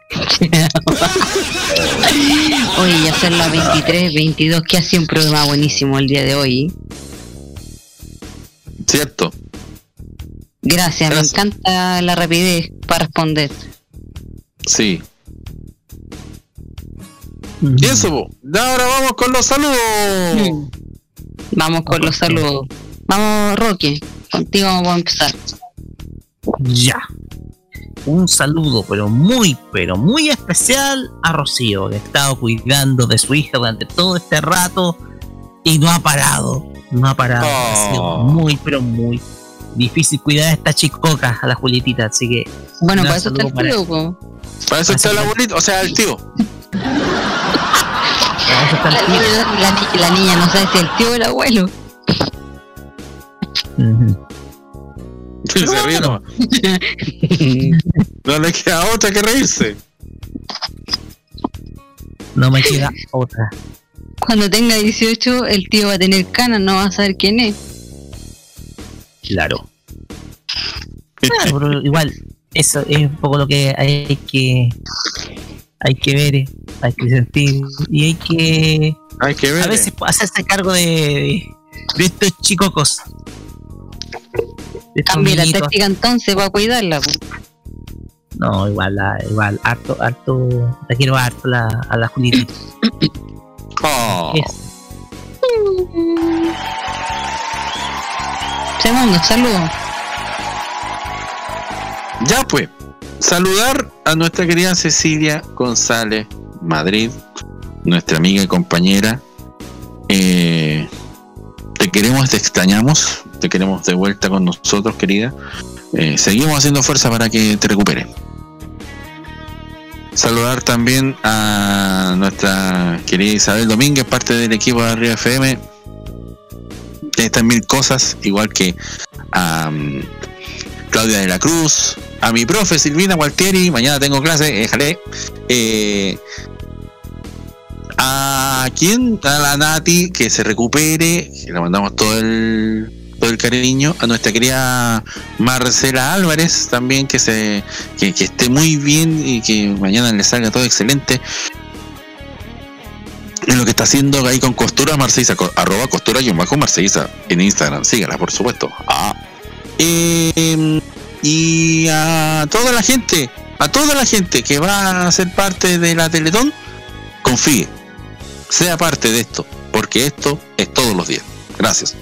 Oye, ya son las 23, 22, que ha sido un programa buenísimo el día de hoy. Cierto. Gracias, me encanta la rapidez para responder. Sí. Y eso, ahora vamos con los saludos. Vamos con los saludos. Vamos, Roque, contigo vamos a empezar. Ya. Un saludo, pero muy especial a Rocío, que ha estado cuidando de su hija durante todo este rato y no ha parado. Ha sido muy difícil cuidar a esta chicoca, a la Julietita, así que... Bueno, para eso está el tío, po. Para eso está el abuelito, o sea, el tío. La niña no sabe si el tío o el abuelo. Se ríe nomás. No le queda otra que reírse. No me queda otra. Cuando tenga 18, el tío va a tener canas, no va a saber quién es. Claro, pero igual, eso es un poco lo que hay que ver, hay que sentir y hay que ver. A veces hacerse cargo de estos chicocos. Cambia la táctica entonces para cuidarla. No, igual, harto, la quiero harto a la Julietita. Segundo, saludos. Ya pues, saludar a nuestra querida Cecilia González Madrid, nuestra amiga y compañera. Te queremos, te extrañamos, te queremos de vuelta con nosotros, querida. Seguimos haciendo fuerza para que te recuperes. Saludar también a nuestra querida Isabel Domínguez, parte del equipo de Arriba FM. Estas mil cosas, igual que a Claudia de la Cruz, a mi profe Silvina Gualtieri, mañana tengo clase, déjale. A la Nati, que se recupere, que le mandamos todo el cariño. A nuestra querida Marcela Álvarez también, que esté muy bien y que mañana le salga todo excelente en lo que está haciendo ahí con Costura Marceiza, @costura_Marceiza en Instagram, sígala por supuesto. Y a toda la gente que va a ser parte de la Teletón, confíe, sea parte de esto, porque esto es todos los días. Gracias.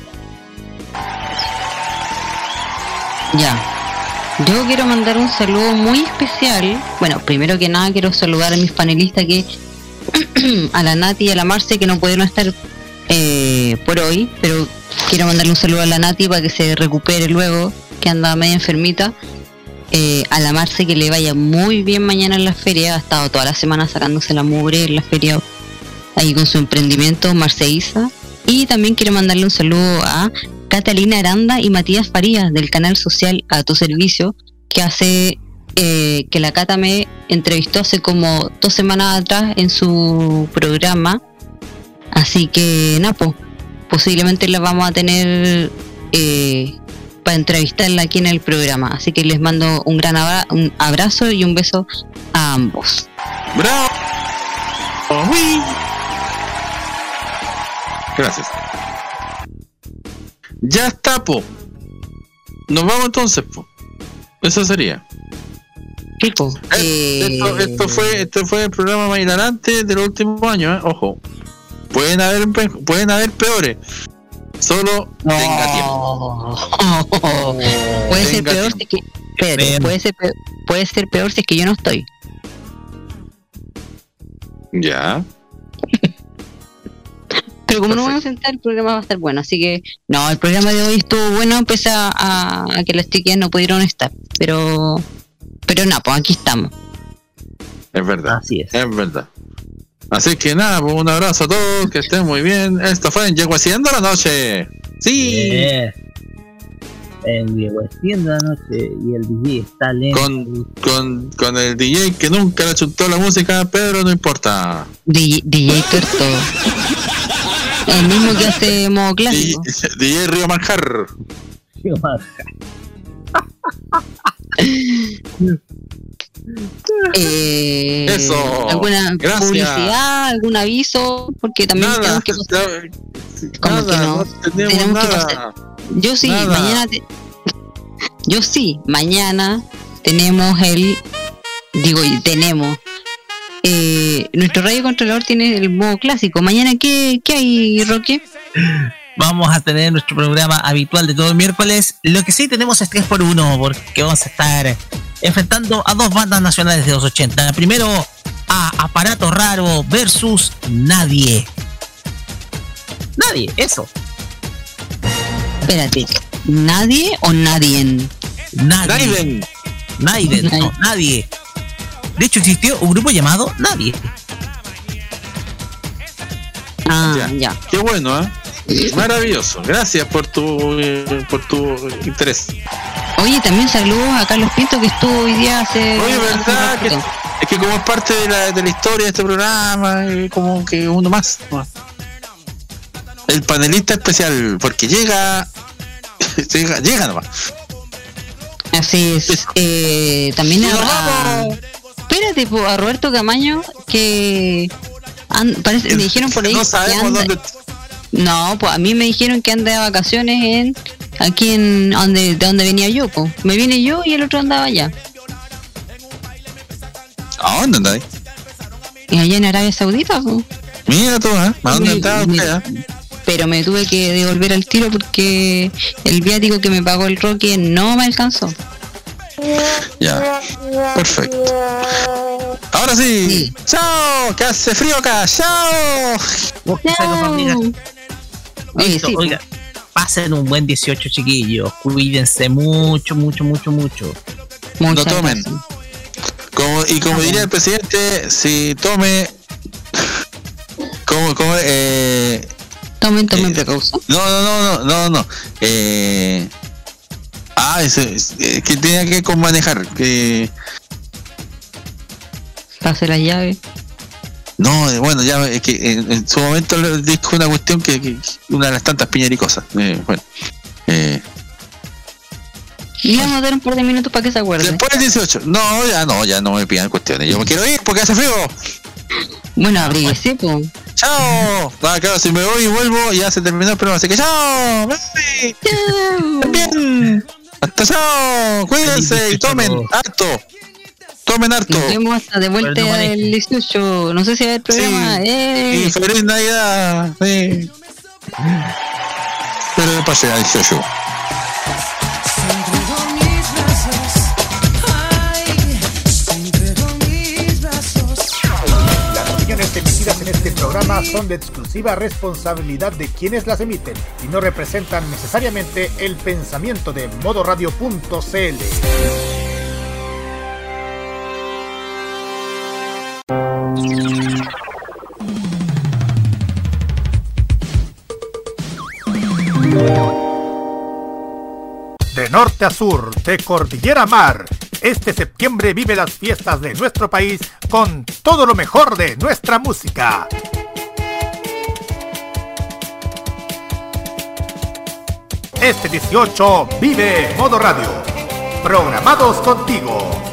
Ya, yo quiero mandar un saludo muy especial. Bueno, primero que nada quiero saludar a mis panelistas, que a la Nati y a la Marce, que no pudieron estar por hoy, pero quiero mandarle un saludo a la Nati para que se recupere luego, que anda media enfermita. A la Marce, que le vaya muy bien mañana en la feria. Ha estado toda la semana sacándose la mugre en la feria ahí con su emprendimiento Marceiza. Y también quiero mandarle un saludo a Catalina Aranda y Matías Farías, del canal social A Tu Servicio, que hace que la Cata me entrevistó hace como 2 semanas atrás en su programa. Así que Napo, posiblemente la vamos a tener para entrevistarla aquí en el programa. Así que les mando un gran abrazo y un beso a ambos. ¡Bravo! ¡Uy! Gracias. Ya está, po. Nos vamos entonces, po. Eso sería. Tipo, esto fue el programa más hilarante de los últimos años, Ojo. Pueden haber peores. Solo tenga tiempo. Puede ser peor si es que... puede ser peor si es que yo no estoy. Ya. Pero como no vamos a sentar, el programa va a estar bueno. Así que, no, el programa de hoy estuvo bueno, pese a que las chiquillas no pudieron estar. Pero no, pues aquí estamos. Es verdad. Así es. Es verdad. Así que nada, pues, un abrazo a todos, que estén muy bien. Esto fue en Yeguaciendo la Noche. Sí. En Yeguaciendo la Noche y el DJ está lento. Con el DJ que nunca le chuntó la música, pero no importa. DJ Tuerto. El mismo que hace modo clásico. DJ Río Manjar. Río Manjar. Eso. ¿Alguna publicidad, algún aviso? Porque también tenemos que pasar. ¿Cómo que no? Tenemos que pasar. Yo sí, mañana tenemos nuestro radio controlador tiene el modo clásico. Mañana, ¿qué hay, Roque? Vamos a tener nuestro programa habitual de todo el miércoles. Lo que sí tenemos es 3x1, porque vamos a estar enfrentando a dos bandas nacionales de los 80. Primero, a Aparato Raro versus Nadie. Nadie, eso. Espérate, ¿nadie o nadie? Nadie. No, nadie. De hecho, existió un grupo llamado Nadie. Ya. Qué bueno, ¿eh? Maravilloso. Gracias por tu interés. Oye, también saludos a Carlos Pinto, que estuvo hoy día Oye, verdad, es que como es parte de la historia de este programa, como que uno más. El panelista especial, porque llega nomás. Así es. También espérate, a Roberto Camaño, que me dijeron por ahí. No sabemos dónde. No, pues a mí me dijeron que anda de vacaciones de donde venía yo, pues. Me vine yo y el otro andaba allá. ¿A dónde andáis? Y allá en Arabia Saudita, pues. Mira tú, ¿eh? ¿A dónde andaba usted? Pero me tuve que devolver al tiro porque el viático que me pagó el Roque no me alcanzó. Ya, perfecto. Ahora sí. ¡Chao! Que hace frío acá. ¡Chao! Oiga, pasen un buen 18, chiquillos. Cuídense mucho. No tomen. Como diría el presidente, si tome. Tomen precaución. No. Que tenía que con manejar. Que pase la llave. No, bueno, ya es que en su momento le dijo una cuestión que una de las tantas piñericosas. Y vamos a dar un par de minutos para que se acuerde. Después del 18. Ya no me pidan cuestiones. Yo me quiero ir porque hace frío. Bueno, abríguese, pues. ¡Chao! Claro, si me voy y vuelvo, ya se terminó el programa. Así que ¡chao! ¡Chao! ¡Bien! ¡Hasta chao! Cuídense y tomen harto. Nos vemos hasta de vuelta el 18. No sé si va el programa. Sí. Y feliz Navidad. Sí. Pero de pase al 18. Las opiniones emitidas en este programa son de exclusiva responsabilidad de quienes las emiten y no representan necesariamente el pensamiento de modoradio.cl. De norte a sur, de cordillera a mar, este septiembre vive las fiestas de nuestro país con todo lo mejor de nuestra música. Este 18 vive Modo Radio. Programados contigo.